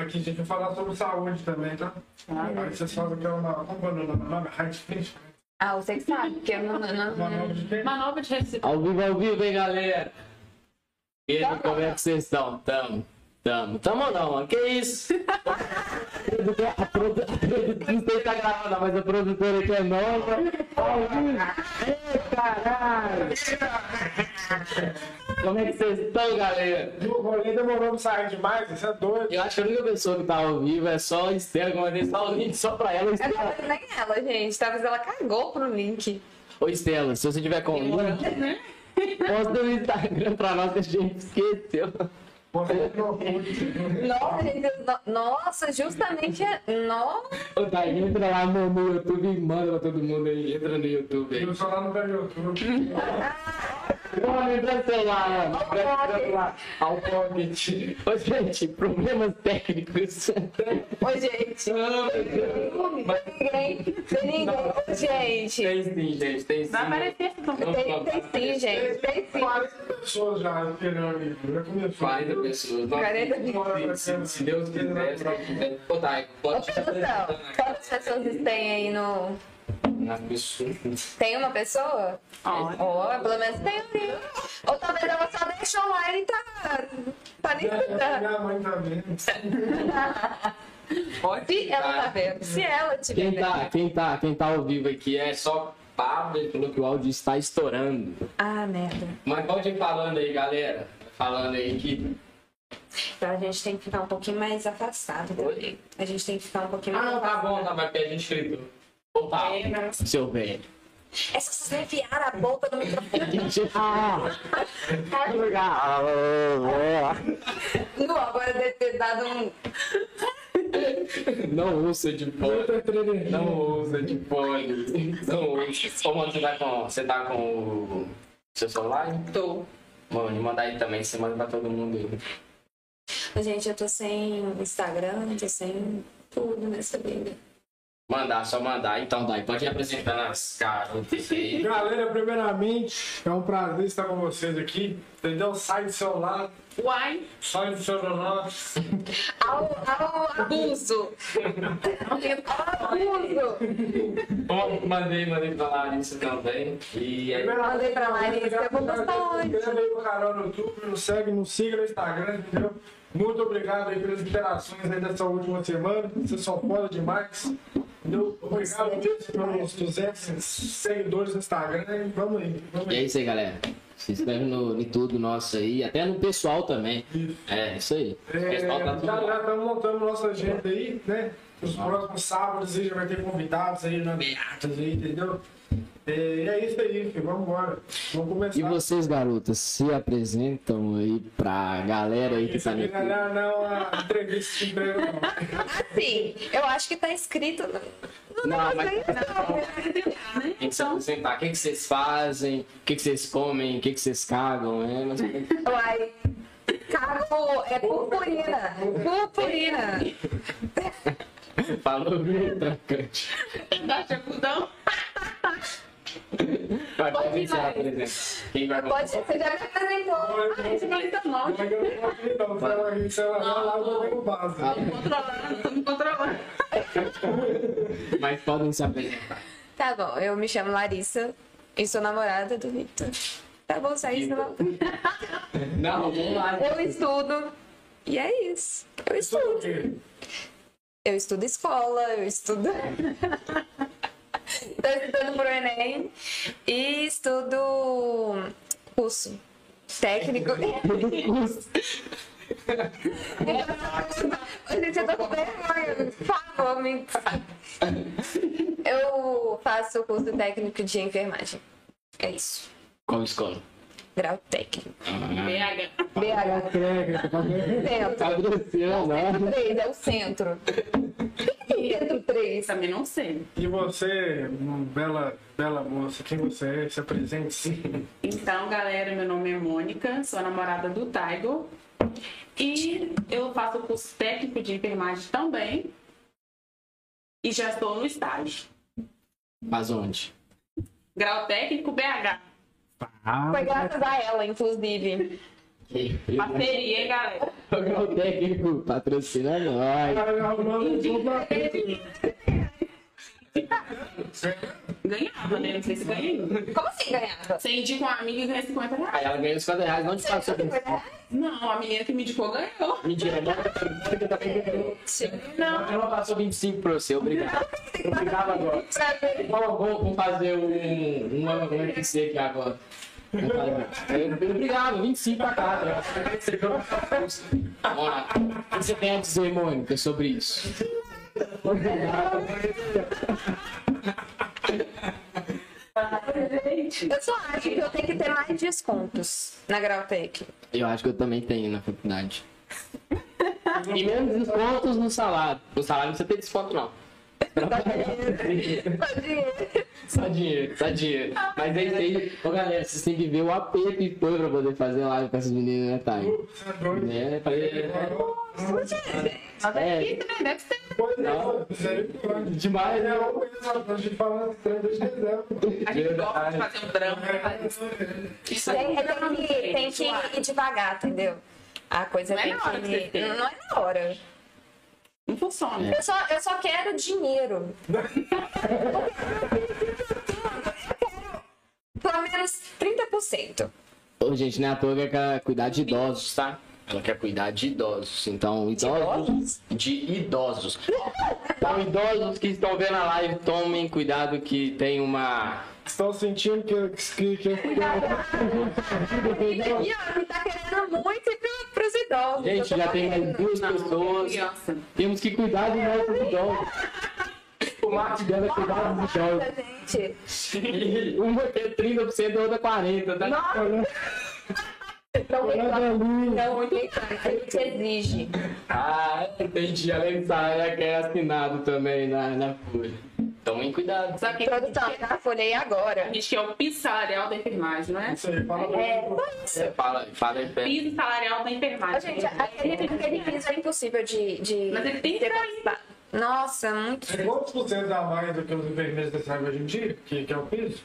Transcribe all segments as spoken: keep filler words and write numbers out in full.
aqui a gente vai falar sobre saúde também, tá? Ah, aí vocês fazem aquela... Como é o nome? High Finish? Ah, você que sabe, porque eu não... não... Manobra de quem? Manobra de reciprocidade. Ao vivo, ao vivo, hein, galera? E aí, como é que vocês estão? Tamo, tamo. Tamo ou não, mano? Que isso? A produtora não sei se tá gravando, mas a produtora aqui é nova. Ao vivo. Ei, caralho! Como é que vocês estão, galera? O rolê demorou pra sair demais, você é doido. Eu acho que a única pessoa que tá ao vivo é só a Estela, como eu disse, só o link só pra ela. Eu Estela. não nem ela, gente. Talvez ela cagou pro link. Ô, Estela, se você tiver com o link, posta no Instagram pra nós que a gente esqueceu. Você é profundo. Nossa, gente. no- Nossa, justamente... é- Nossa. Ô, tá, entra lá no, no YouTube e manda pra todo mundo aí. Entra no YouTube aí. Eu só lá no pé do YouTube. Não, me empresta o celular, mano. Empresta o celular. Ao pocket. Ô, gente, problemas técnicos. Ô, gente. Ninguém. Tem ninguém. Ô, gente. Tem sim, gente, tem sim. Vai aparecer essa também. Tem, tem sim, gente. Tem sim. quarenta pessoas já esperando. Já começou. quarenta pessoas. Nossa, quarenta se, se, se Deus quiser. Ô, Thay, Ô, pode te produção, apresentar quantas pessoas tem aí no... na pessoa. Tem uma pessoa? Olha. Ó, pelo menos tem um. Ou talvez ela só deixou lá e tá... Tá nem É, escutando. minha mãe tá vendo. Pode Se ela tá ficar. vendo. Se ela tiver Quem vendo. tá, quem, tá, quem tá ao vivo aqui é só Pablo, ele falou que o áudio está estourando. Ah, merda. Mas pode ir falando aí, galera. Falando aí que. Então a gente tem que ficar um pouquinho mais afastado. Oi? A gente tem que ficar um pouquinho Ah, mais não, tá afastado. bom, tá, vai pedir inscrito. Ô, Pablo, É, mas- seu velho. É só você enfiar a boca no microfone. Não, agora deve ter dado um... Não usa de fone. Não usa de fone. Não usa. Ô, mano, você tá com, você tá com o seu celular? Tô. Mano, mandar aí também, você manda pra todo mundo aí. Gente, eu tô sem Instagram, tô sem tudo nessa vida. Mandar, só mandar. Então, daí, pode ir apresentando as garotas aí. Galera, primeiramente, é um prazer estar com vocês aqui. Entendeu? Sai do celular, Uai. sai do celular. Ao, ao abuso! Ao abuso! Bom, mandei, mandei pra Larissa também. E aí, Mandei pra Larissa, eu vou postar hoje. Inscreve aí no canal no YouTube, nos segue, nos siga no Instagram, entendeu? Muito obrigado aí pelas interações aí dessa última semana. Você só foda demais. Entendeu? Obrigado mesmo pelos duzentos seguidores no Instagram. E vamos aí, vamos e é aí. isso aí, galera. Se inscreve no, em tudo nosso aí, até no pessoal também. É, isso aí. O É, pessoal tá tudo já lá. já estamos montando nossa agenda aí, né? Os próximos sábados aí já vai ter convidados aí na Beatas aí, entendeu? É, e é isso aí, filho. Vamos embora. Vamos começar. E vocês, garotas, se apresentam aí pra galera aí que Isso tá no aqui não YouTube. é não, é uma entrevista de emprego, não. Assim, eu acho que tá escrito no... Não, mas Né? tem que se apresentar. O que, que vocês fazem? O que, que vocês comem? O que, que vocês cagam? É, mas... Uai, cago é purpurina. Purpurina. Falou bem, trancante. Dá chapudão. Vai, Pode pode ir, se vai. apresentar. Quem vai Pode ser, você já me apresentou. Ah, esse não tá não. Mas eu não vou aqui, não. Se ela vir, se ela vai lá, eu vou ver o base. Tô me controlando, tô me controlando. Mas podem se apresentar. Tá bom, eu me chamo Larissa e sou namorada do Victor. Tá bom, sai isso não. Não, vamos lá. Eu estudo e é isso. Eu estudo. Eu estudo escola, eu estudo. Tô estudando pro Enem e estudo curso técnico. Gente, eu tô com vergonha. Por favor, me... Eu faço o curso técnico de enfermagem. É isso. Qual escola? Grau técnico. B H. B H. Centro. Patrocínio, Centro não. três, é o centro. Centro três. Também não sei. E você, uma bela, bela moça, quem você é? Se apresente, sim. Então, galera, meu nome é Mônica, sou a namorada do Taigo. E eu faço o curso técnico de enfermagem também. E já estou no estágio. Mas onde? Grau técnico B H. Foi graças a ela, inclusive. Parceria, hein, galera? O grau técnico patrocina nós. Ganhava, né? Não sei se ganhei. Como assim ganhava? Você indica uma amiga e ganha cinquenta reais. Aí ela ganha os cinquenta reais, não te fala sobre isso. Não, a menina que me indicou ganhou. Mentira, a Mônica também ganhou. Não. Ela passou vinte e cinco pra você, obrigado. Obrigado agora. Vamos, vamos, vamos fazer um, uma U F C aqui agora. Vamos fazer. Obrigado, vinte e cinco pra cada. Vamos lá. O que você tem a dizer, Mônica, sobre isso? Eu só acho que eu tenho que ter mais descontos na Grau técnico. Eu acho que eu também tenho na faculdade. E menos descontos no salário. No salário não precisa ter desconto, não. Só dinheiro, só dinheiro. Mas é isso aí. Ô, galera, vocês têm que ver o aperto que foi pra poder fazer live com essas meninas, né, Thay? É, fazer... Mas é É. difícil, né? Deve ser. Não, Demais, né? a gente fala nas três de dezembro. A gente gosta de fazer um drama. Isso É, aí é, tem, que, tem que ir devagar, entendeu? A coisa Não é tem na hora que você que. tem. Não é na hora. não funciona. Eu só, eu só quero dinheiro. Eu quero pelo menos trinta por cento. Ô, gente, não é à toa que ela quer cuidar de idosos, tá? Ela quer cuidar de idosos. Então, idosos. De idosos. Então, idosos que estão vendo a live, tomem cuidado que tem uma. Estão sentindo que, que, que, que E ó, me tá querendo muito ir pro, pros idosos. Gente, eu tô já tem mais correndo. duas pessoas. Criança. Temos que cuidar dos nossos idosos. O Marcos deve cuidar dos idosos. Nossa, gente. E uma quer trinta por cento e a outra quarenta por cento, tá? Não reclama. Não reclama. A gente exige. Ah, entendi. Além disso, ela quer assinado também na, na folha. Tomem cuidado. Sabe quem Produção, tá? Folhei agora. a gente quer o piso salarial da enfermagem, não é? isso aí, fala É, pra foi isso. Você fala, fala aí, pé. Piso salarial da Ô, enfermagem. gente, aquele, aquele piso é impossível de, de Mas ele tem que ter sair. conquistado. Nossa, muito. Quantos por cento a mais do que os enfermeiros recebem hoje em dia? Que, que é o piso?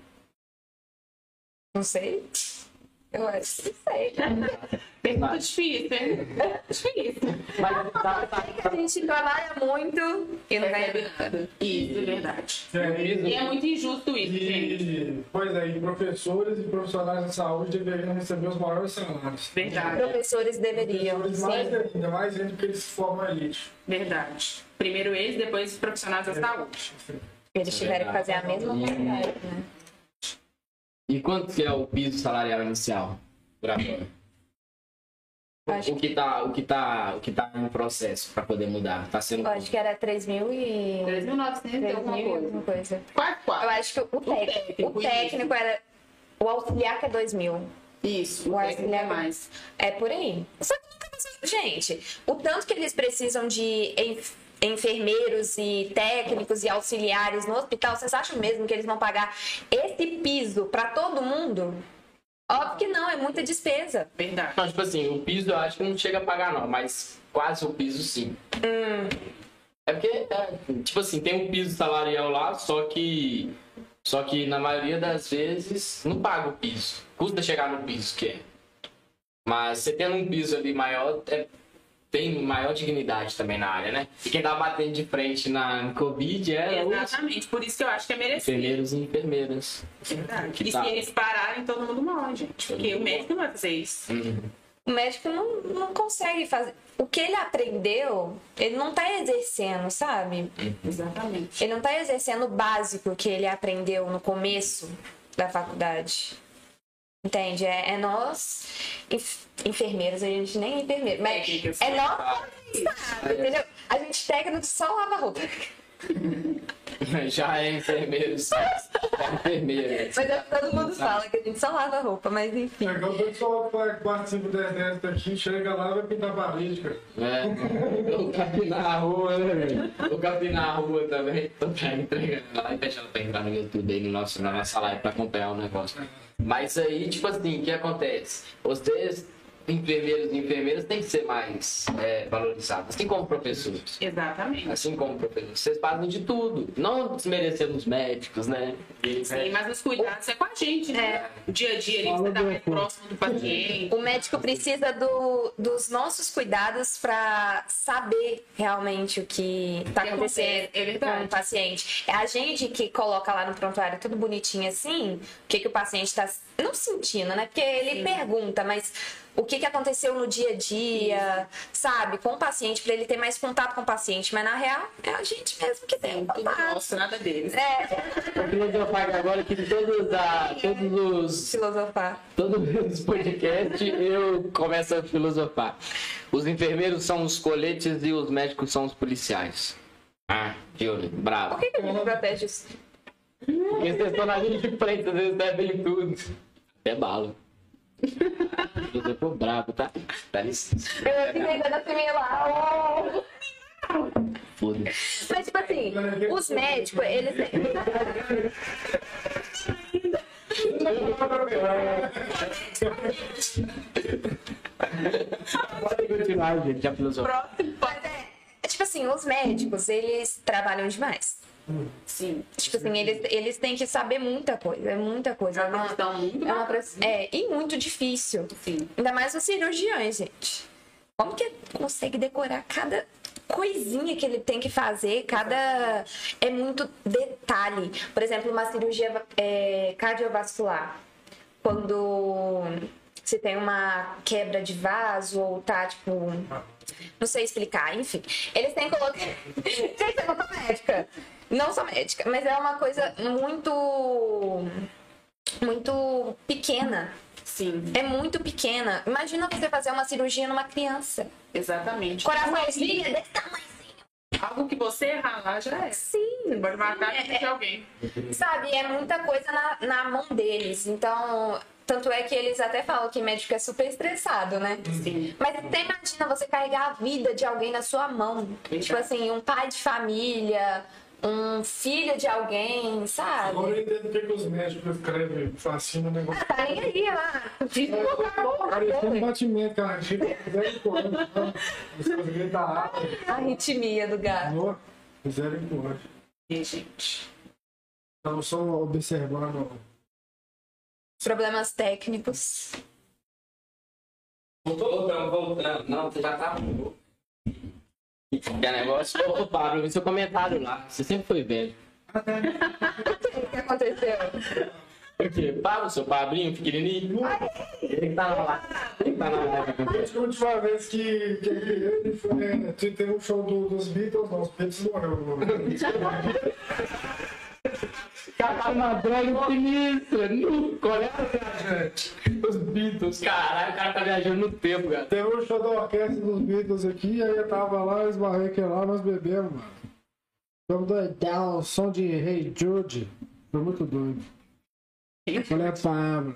Não sei. Eu acho que não sei. Pergunta difícil, hein? Difícil. Mas tá, tá, Que a gente trabalha muito e não ganha nada. Isso, é verdade. É, E é muito injusto isso, gente. e, pois é, e professores e profissionais da saúde deveriam receber os maiores salários. Verdade, Professores deveriam. Professores mais Sim. ainda, mais ainda porque eles formam a elite. verdade. Primeiro eles, depois os profissionais da saúde. Eles tiveram que fazer a mesma coisa, né? E quanto que é o piso salarial inicial? Por agora? Acho O que tá, o que tá, o que tá no processo para poder mudar? Tá sendo Eu acho que era três mil e... três mil e novecentos e três alguma mil e coisa. alguma coisa. Quase Eu quatro. acho que o técnico, técnico, o técnico era... O auxiliar que é dois mil. Isso, O o técnico é auxiliar mais. É por aí. Só que nunca pensou- gente, o tanto que eles precisam de enf- enfermeiros e técnicos e auxiliares no hospital, vocês acham mesmo que eles vão pagar esse piso para todo mundo? Óbvio que não, é muita despesa. Verdade. Não, tipo assim, o piso eu acho que não chega a pagar não, mas quase o piso sim. É porque, é, tipo assim, tem um piso salarial lá, só que só que na maioria das vezes não paga o piso. Custa chegar no piso que é. Mas você tendo um piso ali maior, é, tem maior dignidade também na área, né? E quem tá batendo de frente na no Covid era os Exatamente, por isso que eu acho que é merecido. enfermeiros e enfermeiras. Verdade. Que E tá. se eles pararem, todo mundo morre, gente. Porque o médico não vai fazer isso. O médico não, não consegue fazer. O que ele aprendeu, ele não tá exercendo, sabe? Exatamente. Ele não tá exercendo o básico que ele aprendeu no começo da faculdade. Entende? É, é nós, enf- enfermeiros, a gente nem é enfermeiro, mas Técnicas. é nós, sabe, entendeu? A gente técnico só lava roupa. Já é enfermeiro, sim. É enfermeira. Mas é, todo mundo fala que a gente só lava roupa, mas enfim. É igual o pessoal que participa do exército aqui, chega lá e vai pintar a parede, cara. É, o capinar a rua, né, velho? O capinar a rua também. Tô já entregando lá e deixando pra entrar no YouTube aí no nosso, na nossa live pra acompanhar o negócio. Mas aí, tipo assim, o que acontece? Vocês enfermeiros e enfermeiras têm que ser mais é, valorizados, assim como professores. Exatamente. Assim como professores. Vocês fazem de tudo. Não desmerecendo os médicos, né? Sim, mas os cuidados é com a gente, né? O dia a dia, ali, você tá mais próximo do paciente. O médico precisa do, dos nossos cuidados para saber realmente o que está que acontecendo acontece, é verdade. com o paciente. É a gente que coloca lá no prontuário tudo bonitinho assim, o que, que o paciente está não sentindo, né? Porque ele Sim. pergunta, mas o que, que aconteceu no dia a dia, sabe? Com o paciente, para ele ter mais contato com o paciente. Mas na real, é a gente mesmo que tem. Tudo nosso, nada deles. É, Eu filosofar agora que todos, a, todos os filosofar. Todos os podcasts eu começo a filosofar. Os enfermeiros são os coletes e os médicos são os policiais. Ah, Júlio, bravo. Por que, que a gente protege isso? Porque vocês estão na linha de frente, vocês devem tudo. Até bala. Eu tô bravo, tá? Tá licença. Eu fiquei dando assim lá. Oh. Foda-se. Mas, tipo assim, os médicos, eles. Pode continuar, gente, já filosofou. Próximo. Mas é, é tipo assim, os médicos, eles trabalham demais. Sim. Tipo assim, eles, eles têm que saber muita coisa, é muita coisa. É uma questão muito é, uma, bacana. prof- é, e muito difícil. Sim. Ainda mais os cirurgiões, gente. Como que consegue decorar cada coisinha que ele tem que fazer? Cada... É muito detalhe. Por exemplo, uma cirurgia é, cardiovascular. Quando se tem uma quebra de vaso ou tá, tipo... Não sei explicar, enfim. Eles têm que colocar... Gente, eu não sou médica. Não sou médica, mas é uma coisa muito... Muito pequena. Sim, É muito pequena. Imagina você fazer uma cirurgia numa criança. exatamente. Coraçãozinho é desse tamanho. Algo que você errar lá já é. Sim. Pode matar a vida É, de alguém. sabe, é muita coisa na, na mão deles. Então, tanto é que eles até falam que médico é super estressado, né? Sim. Mas até imagina você carregar a vida de alguém na sua mão. Verdade. Tipo assim, um pai de família, um filho de alguém, sabe? Agora eu entendo porque que os médicos escrevem facinho no negócio. Tá nem aí, lá. Acabou, Parecia um acabou. batimento, cara. Tipo, misericórdia. As coisas gritam alto. A arritmia do gato. Amor, misericórdia. E, gente. Estamos só observando. Problemas técnicos. Voltando, voltando. Não, você já tá. Que negócio? Ô, Pablo, vi seu comentário lá. Você sempre foi velho. O que aconteceu? O quê? Pablo, seu Pablinho, pequenininho. Ele que tá lá. Ele que tá na live com Acho que a última vez que, que eu vi ele foi. É, teve um show do, dos Beatles, não, os Beatles morreu. Cara, uma droga sinistra. No Coreia, gente. Os Beatles, caralho, o cara tá viajando no tempo, cara. Teve um show da orquestra dos Beatles aqui, aí eu tava lá, eu esbarrei aqui lá, nós bebemos, mano. Vamos doidar, o som de Hey Jude. Foi muito doido. Falei, é Pablo.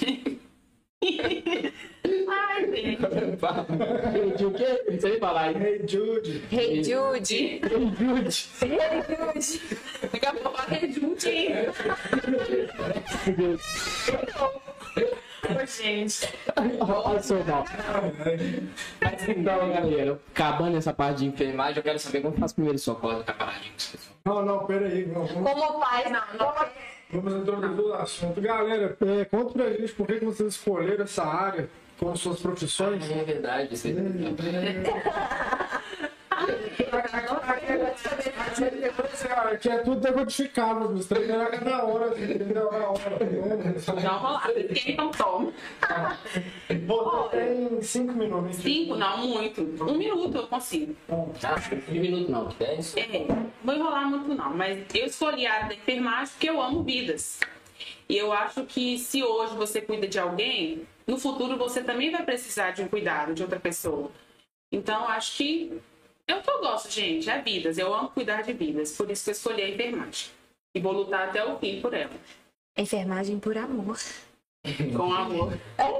Ai, gente. Gente, o quê? Não sei falar. hein? Hey Jude. Hey Jude. Hey, Jude. Hey Jude. Daqui a pouco vai juntinho. Oi, gente. Olha só, mal. Mas então, galera, acabando essa parte de enfermagem, eu quero saber como faz primeiro socorro com a paradinha. Não, não, peraí. Não, vamos, Como faz? Não, não. vamos introduzir o assunto. Galera, é, conta pra gente por que que vocês escolheram essa área como suas profissões. É verdade, isso aí. Aqui é tudo decodificado, os treinos é cada hora, entendeu? Na hora. Não rolar. Quem não toma? Você tem cinco minutos. Cinco? Não, muito. Um minuto eu consigo. Ah, um minuto não, dez. É, vou enrolar muito não, mas eu escolhi a área da enfermagem porque eu amo vidas. E eu acho que se hoje você cuida de alguém, no futuro você também vai precisar de um cuidado de outra pessoa. Então, acho que é o que eu gosto, gente, é vidas. Eu amo cuidar de vidas, por isso que eu escolhi a enfermagem. E vou lutar até o fim por ela, Enfermagem por amor. com amor.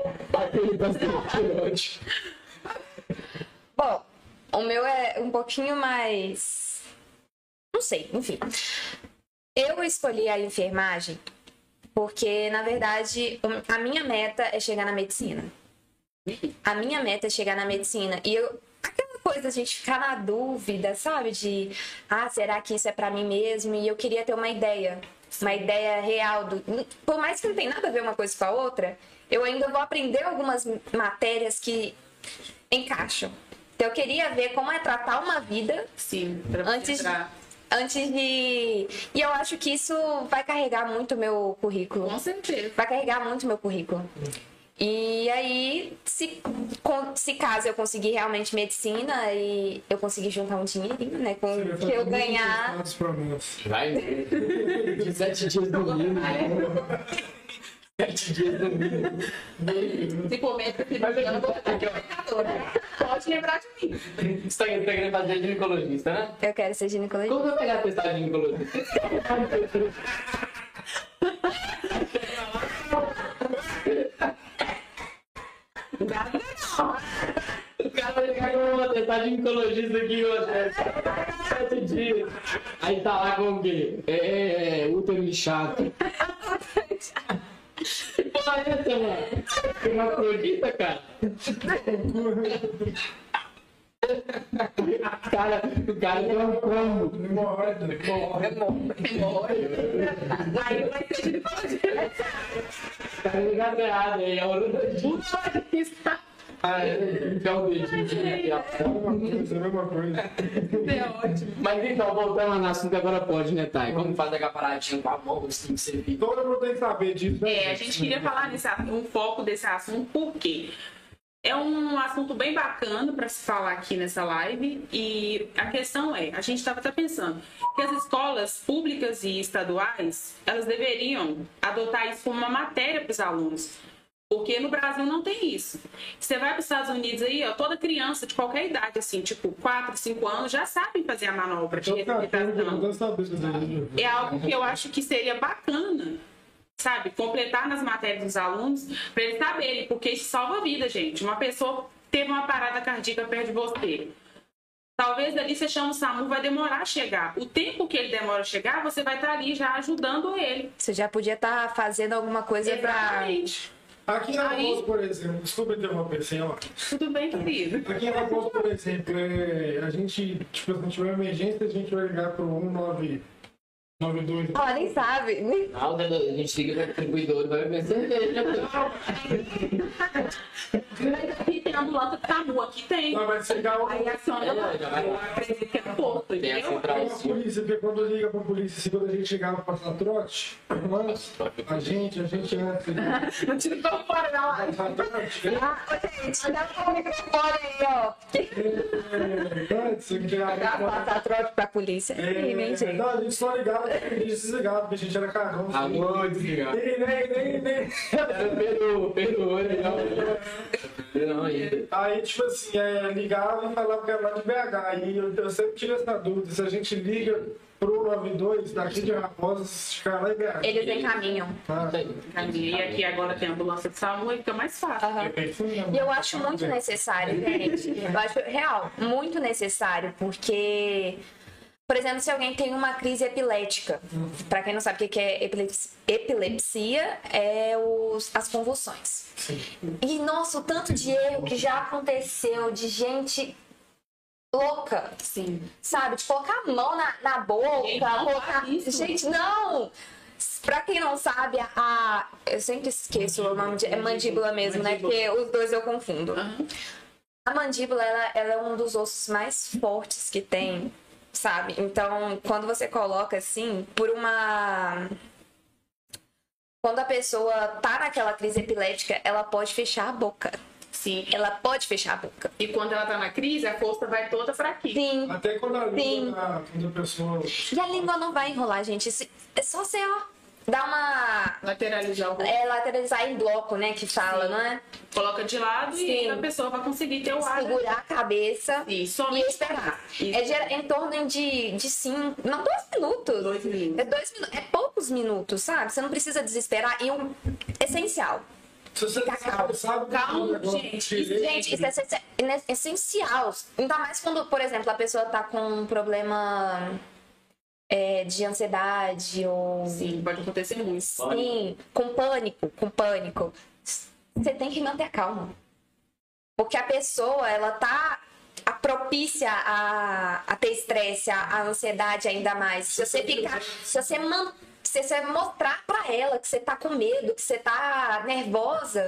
Bom, o meu é um pouquinho mais... Não sei, enfim. Eu escolhi a enfermagem porque, na verdade, a minha meta é chegar na medicina. A minha meta é chegar na medicina. E eu, aquela coisa, a gente ficar na dúvida, sabe? De, ah, será que isso é pra mim mesmo? E eu queria ter uma ideia. Uma ideia real. Do, por mais que não tenha nada a ver uma coisa com a outra, eu ainda vou aprender algumas matérias que encaixam. Então, eu queria ver como é tratar uma vida. Sim, pra você Antes entrar. Antes de... E eu acho que isso vai carregar muito meu currículo. Com certeza. Vai carregar muito meu currículo. E aí, se, com- se caso eu conseguir realmente medicina e eu conseguir juntar um dinheirinho, né? Com Você vai que fazer eu muitas ganhar. partes pra nós. Vai. De sete dias no mínimo. Sete dias no mínimo. Se for médico, se Mas eu não vou aqui, ó. Pode lembrar de mim. Você tá querendo tá querendo fazer ginecologista, né? Eu quero ser ginecologista. Como você vai pegar a testar de ginecologista? O cara vai ligar com uma testar de ginecologista aqui hoje. Sete dias. Aí tá lá com o quê? É, é, é útero inchado. Que porra é essa, mano? Hermafrodita, cara? O cara, o cara tem um combo. Hemorroida. Aí vai ser ginecologista. O cara ligado errado aí. É urologista. Ah, é. Então o dedinho aqui, ó. É a mesma coisa, é a mesma coisa. É ótimo. Mas então, voltando no assunto, agora pode, né, Thay? Como faz aquela paradinha com a mão, assim, que você fica. Todo mundo tem que saber disso, né? É, a gente queria falar nesse assunto, um foco desse assunto, por quê? É um assunto bem bacana para se falar aqui nessa live e a questão é, a gente estava até pensando que as escolas públicas e estaduais, elas deveriam adotar isso como uma matéria para os alunos, porque no Brasil não tem isso. Você vai para os Estados Unidos aí, ó, toda criança de qualquer idade, assim, tipo quatro, cinco anos, já sabem fazer a manobra de Todo cara tem reabilitação. que saber disso. É algo que eu acho que seria bacana, sabe? Completar nas matérias dos alunos, para eles saberem, porque isso salva a vida, gente. Uma pessoa teve uma parada cardíaca perto de você. Talvez ali você chama o SAMU, vai demorar a chegar. O tempo que ele demora a chegar, você vai estar ali já ajudando ele. Você já podia estar fazendo alguma coisa pra. Exatamente. Aqui em Aí- Raposo, por exemplo, desculpa interromper, senhor. Tudo bem, querido? Aqui em Raposo, por exemplo, é, a gente, tipo, se não tiver emergência, a gente vai ligar pro um nove nove dois. Ela nem sabe. Nem- Não, a gente liga para o distribuidor e vai beber cerveja. Mas aqui tem ambulância do SAMU, aqui tem. Não, vai chegar o... Aí a senhora É, já vai lá. acredita que é no posto, Tem a entendeu? central a sul. polícia, porque quando liga pra polícia, assim, quando a gente chegava pra passar trote, nós, a gente, a gente antes de Não tira tão fora da live. passar trote, Ah, ô, gente, dá com o microfone aí, ó. é, antes de chegar Dá pra passar trote pra polícia. É, hein, gente? não, a gente só ligava e desligava, porque a gente era cagão. assim. Alô, desligado. Nem, nem, nem, nem. Perdoa, perdoa, não. Não, ainda. Aí, tipo assim, é, ligava e falava que era lá de B H. Aí eu, eu sempre tive essa dúvida, se a gente liga pro nove dois daqui de Raposa, ficar lá em B H. Eles encaminham. Ah, E aqui agora tem a ambulância de SAMU, fica mais fácil. Aham. é E eu acho muito necessário, gente. Eu acho real, muito necessário, porque, por exemplo, se alguém tem uma crise epilética, pra quem não sabe o que é epilepsia, epilepsia é os, as convulsões. E nossa, o tanto de erro que já aconteceu de gente louca, Sim. sabe? De colocar a mão na, na boca, Gente, não colocar. faz isso. Gente, não! Pra quem não sabe, a. Eu sempre esqueço o nome de. É mandíbula mesmo, né? Mandíbula. Porque os dois eu confundo. Aham. A mandíbula, ela, ela é um dos ossos mais fortes que tem, sabe? Então, quando você coloca assim, por uma. Quando a pessoa tá naquela crise epilética, ela pode fechar a boca. Sim. Ela pode fechar a boca. E quando ela tá na crise, a força vai toda pra aqui. Sim. Até quando a Sim. língua, da- quando a pessoa... E a língua não vai enrolar, gente. Se- É só você, ó, dar uma. Lateralizar o rosto. É, lateralizar em bloco, né? Que fala, Sim. não é? Coloca de lado Sim. e a pessoa vai conseguir ter o ar. Segurar a cabeça E e somente esperar. Isso. É de- em torno de, de cinco. Não, dois minutos. Dois minutos. É dois minutos. É poucos minutos, sabe? Você não precisa desesperar. E um essencial. Se você Fica sabe, calmo. sabe Calmo, do negócio gente. direito, Gente, isso é essenci- é essencial. Ainda mais quando, por exemplo, a pessoa tá com um problema é, de ansiedade ou. Sim, pode acontecer muito. Sim, com pânico, com pânico. Você tem que manter a calma. Porque a pessoa, ela tá a propícia a, a ter estresse, a, a ansiedade ainda mais. Se você ficar, se você, man, se você mostrar pra ela que você tá com medo, que você tá nervosa,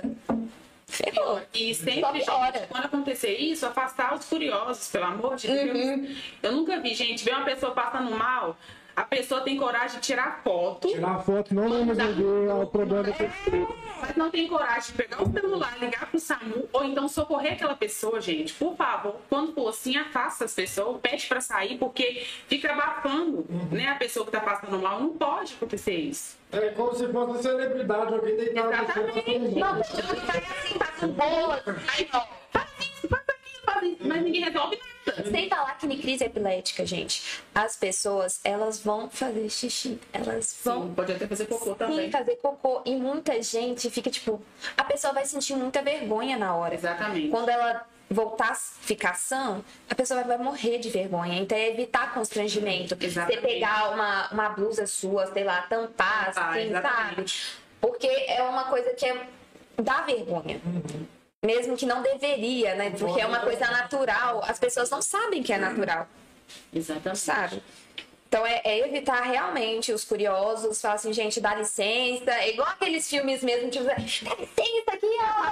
ferrou. E sempre, Só gente, piora. quando acontecer isso, afastar os curiosos, pelo amor de Deus. Uhum. Eu nunca vi, gente, ver uma pessoa passando mal, a pessoa tem coragem de tirar foto, Tirar foto não vai resolver o problema da pessoa. mas não tem coragem de pegar o celular, ligar pro SAMU, ou então socorrer aquela pessoa, gente. Por favor, quando for assim, afasta as pessoas, pede pra sair, porque fica abafando, né, a pessoa que tá passando mal. Não pode acontecer isso. É como se fosse uma celebridade, alguém deitado no chão Exatamente. Não, deixa eu ficar assim, passando bola. Aí, ó. Faz isso, faz aquilo, faz isso, mas ninguém resolve nada. Sem falar que em crise epilética, gente, as pessoas, elas vão fazer xixi, elas vão Sim, pode até fazer cocô sim também. fazer cocô. E muita gente fica, tipo, a pessoa vai sentir muita vergonha na hora. Exatamente. Quando ela voltar a ficar sã, a pessoa vai morrer de vergonha. Então é evitar constrangimento. Exatamente. Você pegar uma, uma blusa sua, sei lá, tampar, Ah, assim, sabe? exatamente. Porque é uma coisa que é, dá vergonha. Mesmo que não deveria, né? Porque é uma coisa natural. As pessoas não sabem que é natural, Exatamente. sabe? Então é, é evitar realmente os curiosos, falar assim, gente, dá licença. É igual aqueles filmes mesmo, tipo, dá licença aqui,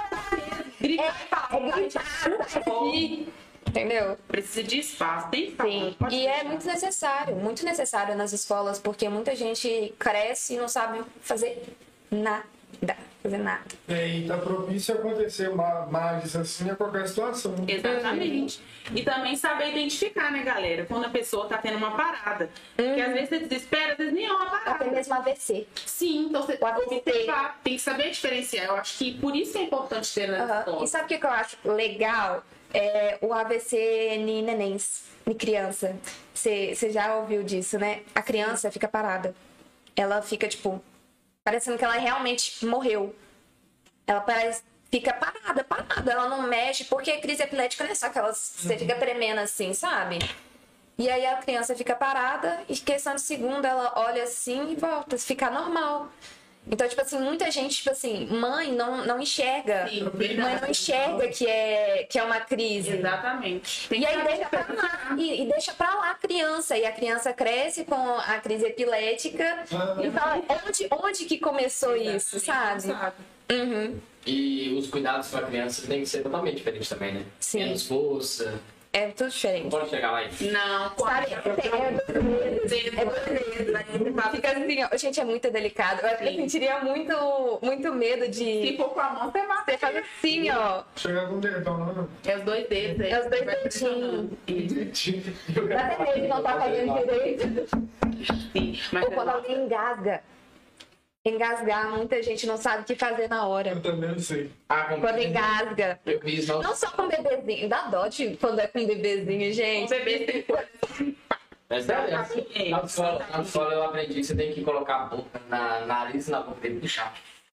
ó. Gritar e É falar. gritar, sai daqui. Entendeu? Precisa de espaço, tem que falar. Sim. Pode E é deixar. muito necessário, muito necessário nas escolas, porque muita gente cresce e não sabe fazer nada. Fazer nada. É, e tá propício a acontecer uma mais assim a qualquer situação. Exatamente. E também saber identificar, né, galera? Quando a pessoa tá tendo uma parada. Porque às vezes você desespera, às vezes nem é uma Até parada. mesmo A V C. Sim, então você O A V C. tem que observar, tem que saber diferenciar. Eu acho que por isso é importante ter na Aham. escola. E sabe o que que eu acho legal? É o A V C em nenéns, em criança. Você já ouviu disso, né? A criança fica parada. Ela fica, tipo, parecendo que ela realmente morreu. Ela parece, fica parada, parada. Ela não mexe, porque crise epilética não é só que ela, você fica tremendo assim, sabe? E aí a criança fica parada e questão de segundo ela olha assim e volta, fica normal. Então, tipo assim, muita gente, tipo assim, mãe não, não enxerga. Sim, Mãe verdade. não enxerga que é, que é uma crise. Exatamente. Tem E que aí saber deixa pra lá, e, e deixa pra lá a criança. E a criança cresce com a crise epilética e fala, onde, onde que começou isso, sabe? Sabe? Uhum. E os cuidados com a criança tem que ser totalmente diferentes também, né? Sim. Menos força. É tudo Não diferente. pode chegar lá e... Não, Sabe, pode. é dois meses. É dois meses. Fica assim, ó. Gente, é muito delicado. Eu acho que eu sentiria muito, muito medo Se de. for com a mão, você mata. Você faz assim, ó. Chegar com o dedão, não. É os dois dedos. aí. É os dois Vai dedinhos. pressionando. Dá até medo de não estar fazendo direito. Sim, mas Ou quando alguém engasga. Engasgar, muita gente não sabe o que fazer na hora. Eu também não sei. Ah, como... Quando engasga. Eu fiz, não... Não só com bebezinho. Dá dó de quando é com bebezinho, o gente. bebê tem que Mas é, é, na, escola, na escola eu aprendi que você tem que colocar a boca na nariz e na boca dele e puxar.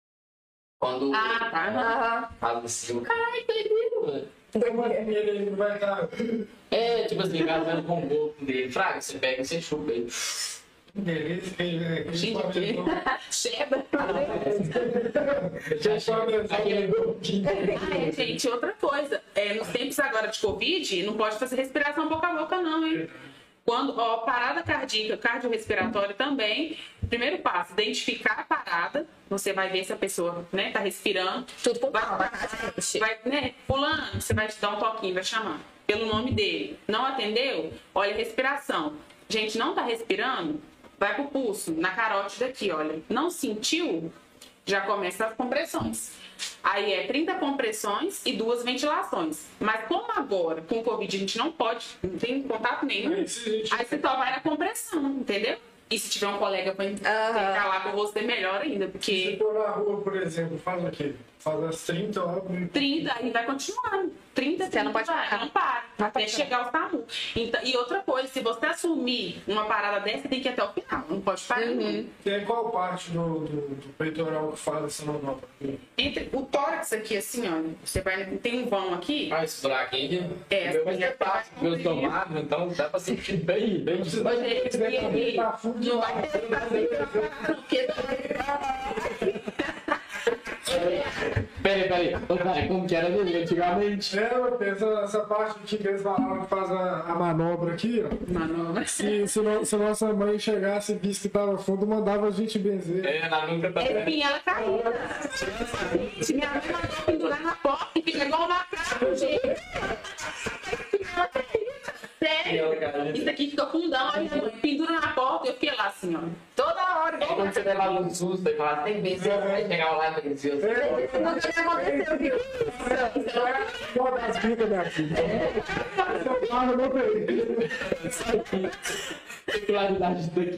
Quando Ah, tá. Aham. fala assim, caralho, doideiro, mano. Mas ele não vai estar. É, tipo assim, engasgando com o corpo dele. Fraga, você pega e você chupa ele. Beleza, é, Gente, o quê? Sheba. Aquele Ah, é, gente, outra coisa. É, nos tempos agora de Covid, não pode fazer respiração boca a boca, não, hein? Quando, ó, parada cardíaca, cardiorrespiratória também. Primeiro passo, identificar a parada. Você vai ver se a pessoa, né, tá respirando. Tudo com Vai, calma, vai, gente. vai, né, fulano, você vai te dar um toquinho, vai chamar pelo nome dele. Não atendeu? Olha a respiração. Gente, não tá respirando? Vai pro pulso, na carótida aqui, olha. Não sentiu? Já começa as compressões. Aí é trinta compressões e duas ventilações. Mas como agora, com o Covid, a gente não pode, não tem contato nenhum, Aí, se a gente- aí você só vai na compressão, entendeu? E se tiver um colega pra ficar lá com você, melhor ainda, Se porque for na rua, por exemplo, faz o quê? Faz as trinta horas. trinta aí vai continuando. trinta, Você não pode vai, parar. não para. Não até pode chegar ao SAMU. Então, e outra coisa, se você assumir uma parada dessa, você tem que ir até o final. Não pode parar. Uhum. não. Tem qual parte do, do, do peitoral que faz essa manobra? Entre o tórax aqui, assim, olha. Você vai. Tem um vão aqui. Ah, esse buraquinho aqui. É, meu você é fácil, vai meus tomados, então dá pra sentir bem, bem. Gente, e aí, não vai ter porque Peraí, peraí. Ô, cara, como que era mesmo antigamente? É, essa, essa parte aqui que eles falaram que faz a, a manobra aqui, ó. Manobra. Se, se, no, se nossa mãe chegasse e visse que tava fundo, mandava a gente benzer. É, na nunca tá Enfim, ela caiu. Se minha mãe mandou pendurar na porta e fica igual um macaco, gente. Sério? Isso aqui ficou fundão, aí minha mãe pendura na porta e eu fiquei lá assim, ó. Toda hora. É quando você levava um susto e falava, tem que vencer, aí chegava lá e venceu. Isso nunca me aconteceu, viu? Bota as ficas, minha filha. Ah, não peraí. Regularidade daqui.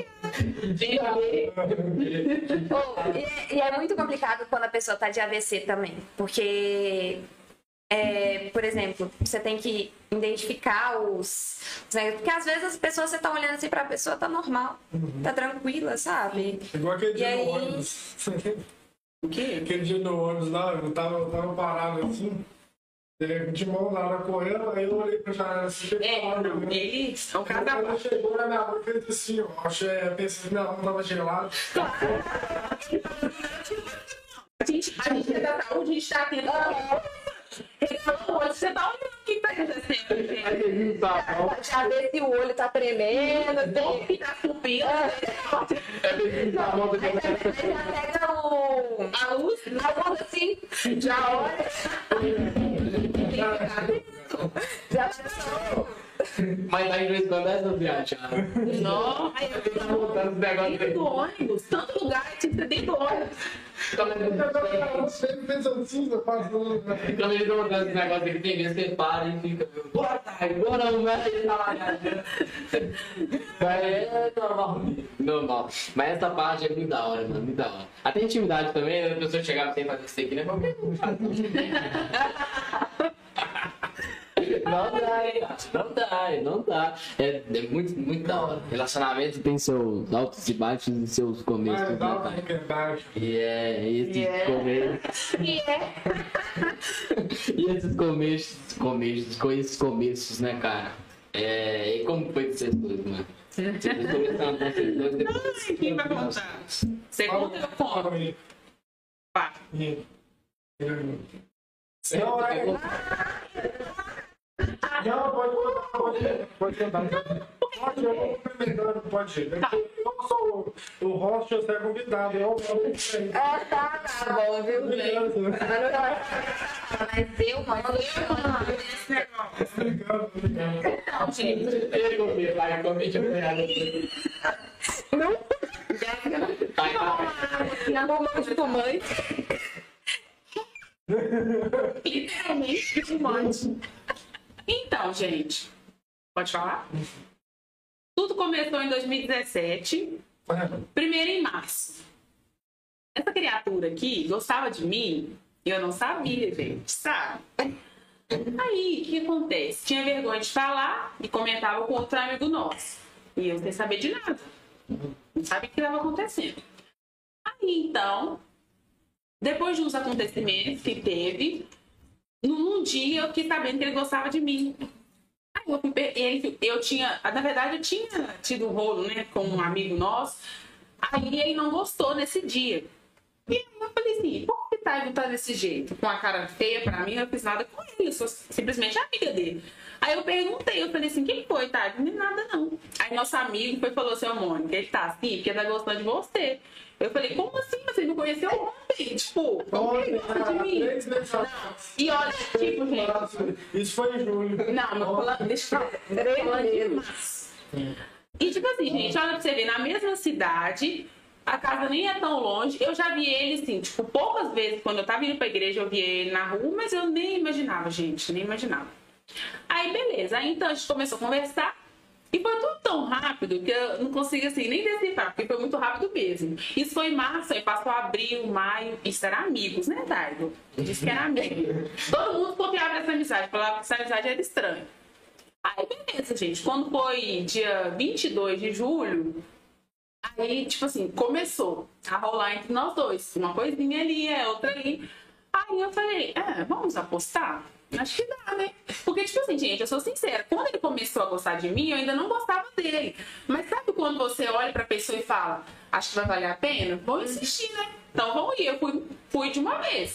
Oh, e, e é muito complicado quando a pessoa tá de A V C também, porque, é, por exemplo, você tem que identificar os, os negócios, porque às vezes as pessoas, você tá olhando assim pra pessoa, tá normal, tá tranquila, sabe? Igual aquele E dia aí- no ônibus. O quê? Aquele dia no ônibus lá, eu tava, eu tava parado assim, é, de mão lá na correndo, aí eu olhei pra janela assim, É, não, ele é um cara da Quando chegou na minha mão, fez assim, ó. Achei, pensei que minha mão tava gelada. A gente, a gente é da saúde, a gente tá tentando. Você tá olhando o que tá acontecendo, gente. Já vê se o olho tá tremendo, O tem... que tá subindo. É bem a moto Aí já, aí já pega o... A luz. a luz assim, já olha, já pensou. Mas aí de vez em quando é essa viagem. Não, aí eu Tá voltando esse negócio dentro do ônibus, tanto lugar tinha que ser dentro do ônibus. Eu sempre pensando assim, eu passo. Quando eles estão montando esse negócio aqui, tem vezes que ele para e fica, bora, tá, bora, não vai, ele tá lá, Mas é normal, normal. Mas essa parte é muito da hora, mano, muito da hora. Até intimidade também, né? A pessoa chegava sem fazer isso aqui, né? Não dá, hein? Não dá, não dá. É, é muito, muito da hora. Relacionamento tem seus altos e baixos e seus começos, Mas né, dá uma cara? liberdade. E é, e esses Yeah. começos. E é. E esses começos, começos, com esses começos, né, cara? É, e como foi com vocês dois, mano? Vocês começaram com vocês dois depois. Ai, quem vai contar? Segundo eu conto. Pá. Não, é. Não, pode contar, pode, pode contar. Pode, eu vou cumprimentando, pode ir. Eu sou o, o host, eu sou convidado. Eu vou Ah, tá, tá bom, viu? Mas eu mando chama. Esse negócio. Obrigado, obrigado. Não, gente. Ele comigo, vai, comigo, Não? vai. Não mande tua mãe. Literalmente fumante. Então, gente, pode falar? Tudo começou em dois mil e dezessete, primeiro em março. Essa criatura aqui gostava de mim, eu não sabia, gente, sabe? Aí, o que acontece? Tinha vergonha de falar e comentava com outro amigo nosso. E eu sem saber de nada. Não sabia o que estava acontecendo. Aí, então, depois de uns acontecimentos que teve, num dia eu fiquei sabendo que ele gostava de mim. Aí eu, fui, ele, eu tinha, na verdade eu tinha tido um rolo, né, com um amigo nosso. Aí ele não gostou nesse dia. E aí eu falei assim, por que tá, tá desse jeito? Com a cara feia pra mim, eu não fiz nada com ele, eu sou simplesmente amiga dele. Aí eu perguntei, eu falei assim, quem foi, tá? Não é nada não. Aí nosso amigo foi e falou assim, ô Mônica, ele tá assim porque tá gostando de você. Eu falei, como assim? Você não conheceu ontem? Tipo, como que ele gosta de mim? E olha, tipo, gente. Isso foi em julho. Não, mas falando, deixa eu falar. Falando de março. E tipo assim, gente, olha pra você ver, na mesma cidade, a casa nem é tão longe. Eu já vi ele, assim, tipo, poucas vezes, quando eu tava indo pra igreja, eu vi ele na rua, mas eu nem imaginava, gente, nem imaginava. Aí, beleza. Aí, então, a gente começou a conversar. E foi tudo tão rápido que eu não consigo, assim, nem decifrar, porque foi muito rápido mesmo. Isso foi em março, aí passou abril, maio. Isso era amigos, né, Daigo? Disse que era amigo. Todo mundo confiava nessa amizade, falava que essa amizade era estranha. Aí, beleza, gente. Quando foi dia vinte e dois de julho, aí, tipo assim, começou a rolar entre nós dois. Uma coisinha ali, é outra ali. Aí eu falei, é, vamos apostar? Acho que dá, né? Porque, tipo assim, gente, eu sou sincera. Quando ele começou a gostar de mim, eu ainda não gostava dele. Mas sabe quando você olha pra pessoa e fala, acho que vai valer a pena? Vou insistir, né? Então vamos ir. Eu fui, fui de uma vez.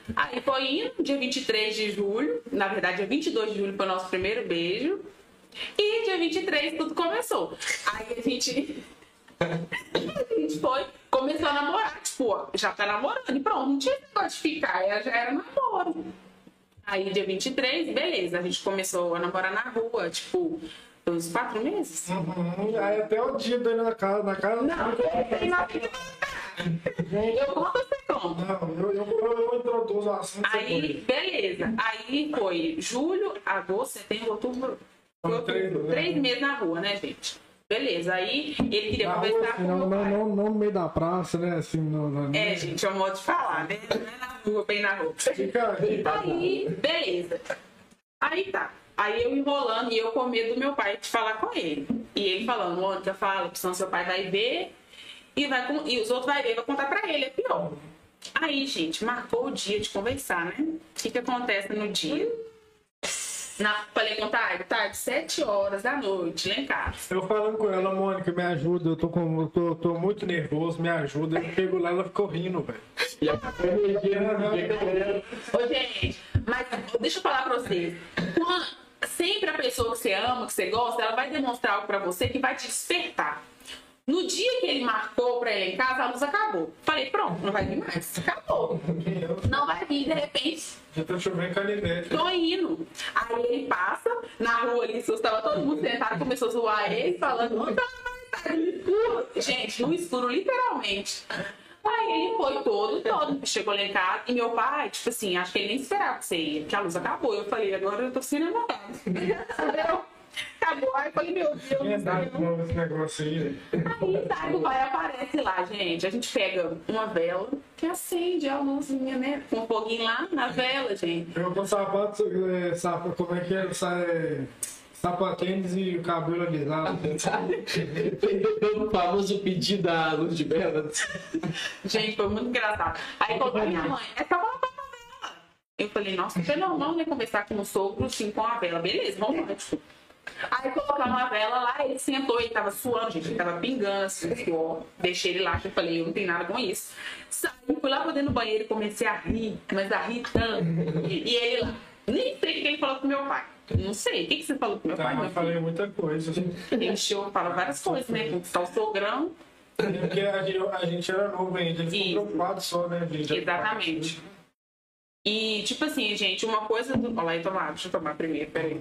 Aí foi indo, dia vinte e três de julho, na verdade, dia vinte e dois de julho foi o nosso primeiro beijo. E dia vinte e três tudo começou. Aí a gente. A gente foi, começou a namorar, tipo, já tá namorando e pronto, não tinha negócio de ficar, já era namoro. Aí dia vinte e três, beleza, a gente começou a namorar na rua, tipo, uns quatro meses. Uhum. Aí até o dia do na casa, na casa. Não, tem nada que eu conto, você conta. Não, eu, eu, eu, eu introduzo o assunto. Aí, beleza. Aí foi julho, agosto, setembro, outubro. Foi três, né? Três meses na rua, né, gente? Beleza. Aí ele queria Na rua, conversar assim, com não, meu não, pai. não, não no meio da praça, né? Assim, no, no... É, gente, é um modo de falar, né? Não é na rua, bem na rua. Fica aí. Aí, beleza. Aí tá. Aí eu enrolando e eu com medo do meu pai de falar com ele. E ele falando, Mônica, fala, porque senão seu pai vai ver e, vai, e os outros vai ver e vai contar pra ele, é pior. Aí, gente, marcou o dia de conversar, né? O que que acontece no dia? Na, falei com o Taigo, Taigo, sete horas da noite, lá em casa. Eu falando com ela, Mônica, me ajuda, eu tô, com, eu tô, tô muito nervoso, me ajuda. Ele pegou lá, ela ficou rindo, velho. E a Ô, gente, mas deixa eu falar pra vocês. Quando, sempre a pessoa que você ama, que você gosta, ela vai demonstrar algo pra você que vai te despertar. No dia que ele marcou pra ela em casa, a luz acabou. Falei, pronto, não vai vir mais. Acabou. Não vai vir, de repente. Já tá chovendo canivete. Tô indo. Aí ele passa na rua ali, estava todo mundo sentado, começou a zoar ele, falando, não tá no escuro. Gente, no escuro, literalmente. Aí ele foi todo, todo, chegou lá em casa. E meu pai, tipo assim, acho que ele nem esperava que você ia, porque a luz acabou. Eu falei, agora eu tô sem namorado. Entendeu? Acabou. Aí eu falei, meu Deus Quem é do dado céu. com esse negócio aí? Aí tá, o pai aparece lá, gente. A gente pega uma vela que acende a luzinha, né? Com um foguinho lá na vela, gente. Eu com sapato, é, sapato, como é que é? Sa- é, Sapatênis e o cabelo alisado. o famoso pedido da luz de vela. Gente, foi muito engraçado. Aí colocou a minha mãe, é só colocar uma vela. Eu falei, nossa, foi normal, né? Conversar com o sogro, sim, com a vela. Beleza, vamos lá, tipo. Aí colocar uma vela lá, ele sentou, ele tava suando, gente, ele tava pingando, assim, suor. Deixei ele lá, que eu falei, eu não tenho nada com isso. Saí, fui lá pra dentro do banheiro e comecei a rir, mas a rir tanto. E, e ele lá, nem sei o que ele falou pro meu pai. Não sei, o que, que você falou pro meu Tá, pai? eu Meu falei filho? muita coisa. Ele encheu, fala várias coisas, né? Conquistar o sogrão. Porque a gente, a gente era novo ainda, ele ficou Isso. preocupado só, né, gente? Exatamente. E, tipo assim, gente, uma coisa do... Olha lá, eu tomar, deixa eu tomar primeiro, peraí.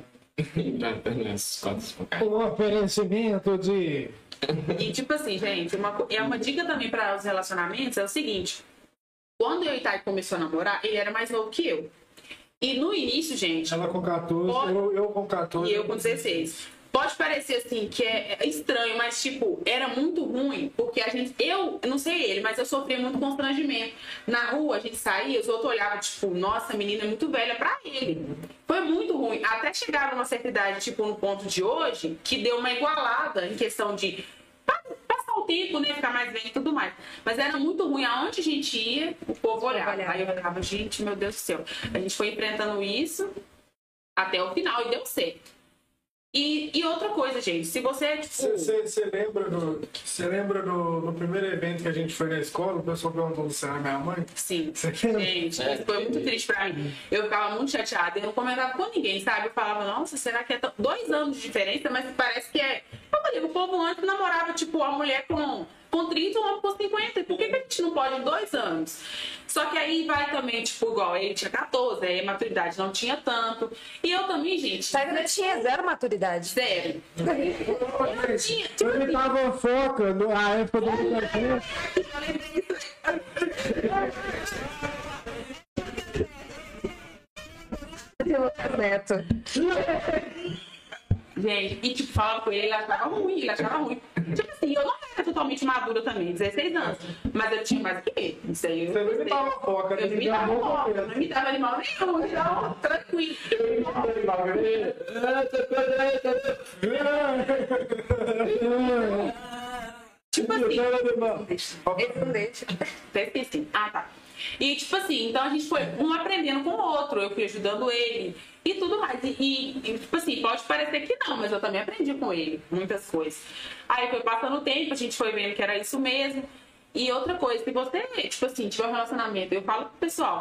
Um oferecimento de. E tipo assim, gente, uma, co- é uma dica também para os relacionamentos, é o seguinte. Quando eu e Thay começou a namorar, ele era mais novo que eu. E no início, gente, Ela com quatorze, Pode- eu, eu com quatorze. e eu com dezesseis. Pode parecer assim que é é estranho, mas tipo, era muito ruim, porque a gente, eu, eu não sei ele, mas eu sofria muito constrangimento. Na rua, a gente saía, os outros olhavam, tipo, nossa, a menina é muito velha pra ele. Foi muito ruim. Até chegar numa certa idade, tipo, no ponto de hoje, que deu uma igualada em questão de pa- passar o tempo, né, ficar mais velho e tudo mais. Mas era muito ruim. Aonde a gente ia, o povo olhava. Aí eu ficava, gente, meu Deus do céu. A gente foi enfrentando isso até o final e deu certo. E, e outra coisa, gente, se você, tipo... Você lembra, do, cê lembra do, no primeiro evento que a gente foi na escola, o pessoal perguntou se era minha mãe? Sim, Cê lembra? gente, isso foi muito triste pra mim. Eu ficava muito chateada, eu não comentava com ninguém, sabe? Eu falava, nossa, será que é tão... dois anos de diferença, mas parece que é... Eu falei, o povo antes namorava, tipo, a mulher com, com trinta e o homem com cinquenta. Por que, que a gente não pode em dois anos? Só que aí vai também, tipo, igual, ele tinha quatorze, aí a maturidade não tinha tanto. E eu também, gente, Mas ainda tinha zero maturidade. zero. Eu tinha, tipo, Eu imitava foca na época do Brasil. eu lembrei isso. Neto. Gente, e tipo, falava com ele, ele achava ruim, ele achava ruim. Tipo assim, eu não era totalmente madura também, dezesseis anos. Mas eu tinha mais do que ele. Isso aí eu Você não imitava foca, né? Eu não imitava foca, eu não imitava animal nenhum, então, tranquilo. Tipo assim, Esse não deixa. até esqueci. Ah, tá. E tipo assim, então a gente foi um aprendendo com o outro, eu fui ajudando ele e tudo mais. E, e, e, tipo assim, pode parecer que não, mas eu também aprendi com ele muitas coisas. Aí foi passando o tempo, a gente foi vendo que era isso mesmo. E outra coisa, se você, tipo assim, tiver um relacionamento, eu falo pro pessoal,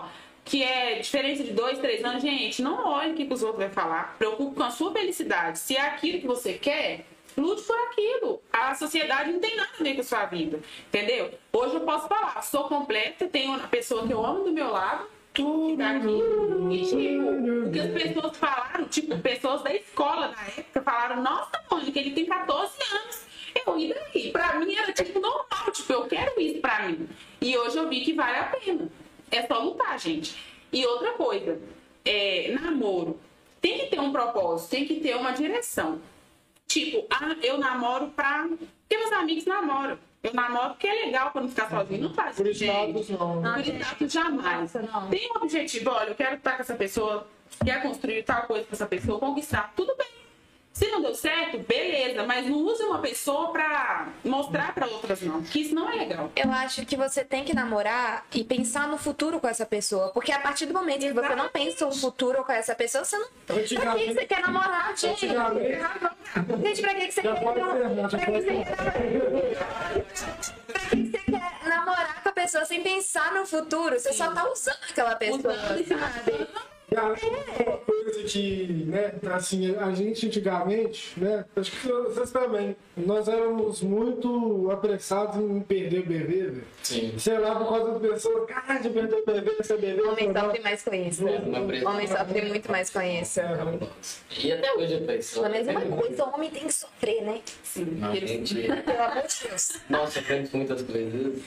que é diferença de dois, três anos, gente, não olhe o que, que os outros vão falar. Preocupe com a sua felicidade. Se é aquilo que você quer, lute por aquilo. A sociedade não tem nada a ver com a sua vida, entendeu? Hoje eu posso falar, sou completa, tenho uma pessoa que eu amo do meu lado, que tá aqui, e tipo, o que as pessoas falaram, tipo, pessoas da escola na época falaram, nossa, Mônica, ele tem quatorze anos. Eu, e daí? Pra mim era tipo normal, tipo, eu quero isso pra mim. E hoje eu vi que vale a pena. É só lutar, gente. E outra coisa, é, namoro, tem que ter um propósito, tem que ter uma direção. Tipo, ah, eu namoro pra... Porque meus amigos namoram. Eu namoro porque é legal pra não ficar sozinho. Não faz Por isso, status, gente. não. Por status, jamais. Não. Tem um objetivo, olha, eu quero estar com essa pessoa, quero construir tal coisa com essa pessoa, conquistar, tudo bem. Se não deu certo, beleza, mas não use uma pessoa pra mostrar pra outras não, porque isso não é legal. Eu acho que você tem que namorar e pensar no futuro com essa pessoa. Porque a partir do momento que você não pensa no futuro com essa pessoa, você não. Pra que, que você quer namorar, gente? Gente, pra que, que você Já quer pode namorar? ser, já Pra que pode você quer Pra que você quer namorar com a pessoa sem pensar no futuro? Você só tá usando aquela pessoa, Usando, sabe? Uma coisa que, né, assim, a gente antigamente, né, acho que vocês também, nós éramos muito apressados em perder o bebê, velho. Sim. Sei lá, por causa das pessoas, cara, de perder o bebê, esse bebê. Homem sei lá. sofre mais com isso. Uma pressão. Homem sofre muito mais com isso. E até hoje eu penso. Pelo menos uma coisa, o homem tem que sofrer, né? Sim, Não, gente. Pelo amor de Deus. Nós sofremos muitas coisas.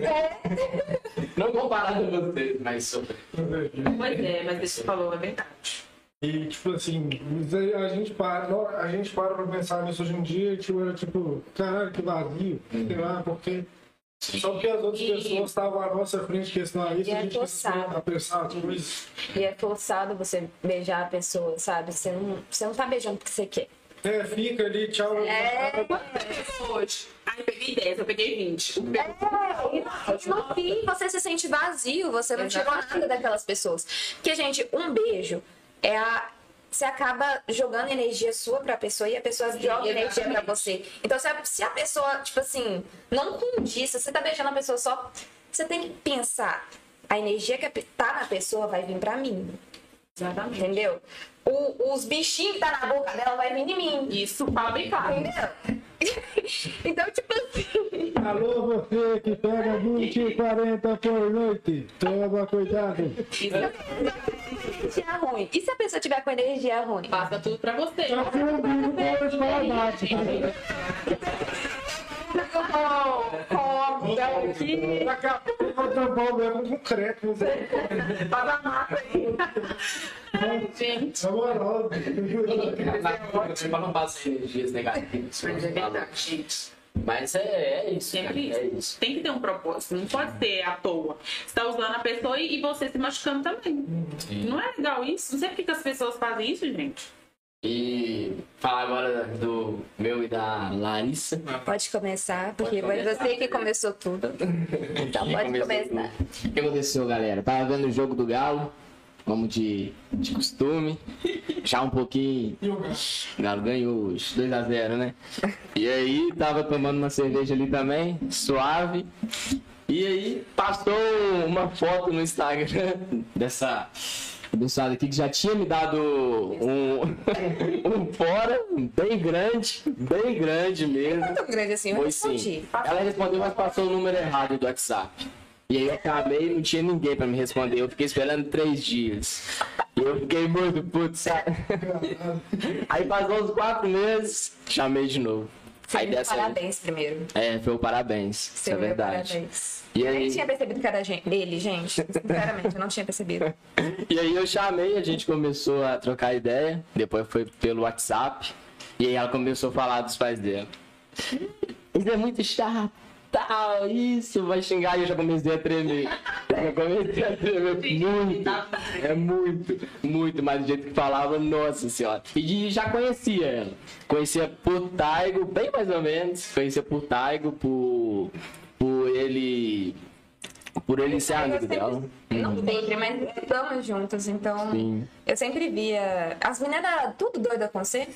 Não comparado com vocês, mas sofremos. Pois é, mas isso que falou é verdade. E, tipo assim, a gente para, a gente para pra pensar nisso hoje em dia, tipo, era tipo, caralho, que vazio, sei lá, porque só porque as outras E- pessoas estavam à nossa frente questionar isso, E a é gente forçado. precisa apressar, tipo isso. E é forçado você beijar a pessoa, sabe? Você não, você não tá beijando porque você quer. É, fica ali, tchau. É. Hoje, ai, eu peguei dez, eu peguei vinte. É, e no fim você se sente vazio, você não tirou nada daquelas pessoas. Porque, gente, um beijo é a. Você acaba jogando energia sua pra pessoa e a pessoa joga energia pra você. Então, se a, se a pessoa, tipo assim, não condiz, se você tá beijando a pessoa só, você tem que pensar. A energia que tá na pessoa vai vir pra mim. Exatamente. Entendeu? O- os bichinhos que tá na boca dela vai vir em mim. Isso fala bem claro. Entendeu? Então, tipo assim. Alô, você que pega vinte e quarenta por noite, toma cuidado. Isso Energia ruim. E se a pessoa tiver com energia ruim? passa tudo pra você. Eu fui um bicho com os falados. Daqui a pouco eu vou tampar o meu com concreto, não sei. Faz a mata aí. Gente, Na moral. Pra não passar energias negativas. mas é verdade, gente. Mas é, é isso. Sempre cara, é isso. isso. Tem que ter um propósito, não pode ser à toa. Você tá usando a pessoa e e você se machucando também. Sim. Não é legal isso? Não sei por que que as pessoas fazem isso, gente. E falar agora do meu e da Larissa. Pode começar, porque Pode foi você que começou tudo. Então pode Começou começar. tudo. O que aconteceu, galera? Tava vendo o jogo do Galo, como de, de costume. Já um pouquinho. O Galo ganhou os dois a zero, né? E aí, tava tomando uma cerveja ali também, suave. E aí, passou uma foto no Instagram dessa abençoada aqui que já tinha me dado um, um fora bem grande, bem grande mesmo. Tão grande assim, eu Foi respondi. sim. Ela respondeu, mas passou o número errado do WhatsApp. E aí eu acabei e não tinha ninguém pra me responder. Eu fiquei esperando três dias. E eu fiquei muito puto, sabe? Aí passou uns quatro meses, chamei de novo. Você Aí me dessa parabéns primeiro. É, foi o parabéns. Isso Seu é verdade. parabéns. E Eu nem aí, tinha percebido que era gente, dele, gente. Sinceramente, eu não tinha percebido. e aí eu chamei, a gente começou a trocar ideia. Depois foi pelo WhatsApp. E aí ela começou a falar dos pais dela. Isso é muito chato, tal, isso, vai xingar. E eu já comecei a tremer. Eu já comecei a tremer muito. É muito, muito. Mas do jeito que falava, nossa senhora. E já conhecia ela. Conhecia por Taigo, bem mais ou menos. Conhecia por Taigo, por, por ele... Por ele ser Eu amigo sempre- dela. Não sempre, mas estamos juntos, então Sim. eu sempre via. As meninas tudo doida com você.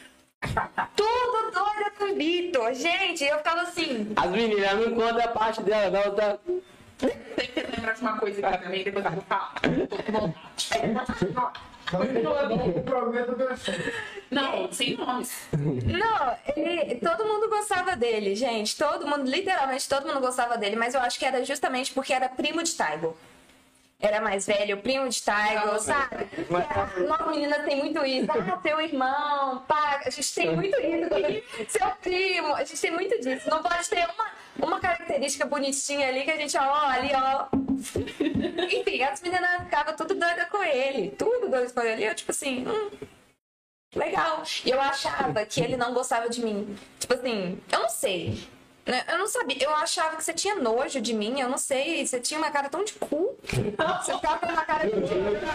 Tudo doida com o Vitor. Gente, eu ficava assim. As meninas não contam a parte dela, não, tá? lembrar de uma coisa aqui também, depois eu vou falar. Tô com vontade. O problema do telefone. Não, sem nomes. Não, ele, todo mundo gostava dele, gente. Todo mundo, literalmente todo mundo gostava dele, mas eu acho que era justamente porque era primo de Taigo. Era mais velho, primo de Taigo, sabe? Nós meninas tem muito isso. Ah, seu irmão, pá, a gente tem muito isso. Seu primo, a gente tem muito disso. Não pode ter uma, uma característica bonitinha ali que a gente, ó, ali, ó. Enfim, as meninas ficavam tudo doidas com ele. Tudo doidas com ele. Eu, tipo assim, hum, legal. E eu achava que ele não gostava de mim. Tipo assim, eu não sei. Eu não sabia, eu achava que você tinha nojo de mim, eu não sei, você tinha uma cara tão de cu. Você ficava com uma cara de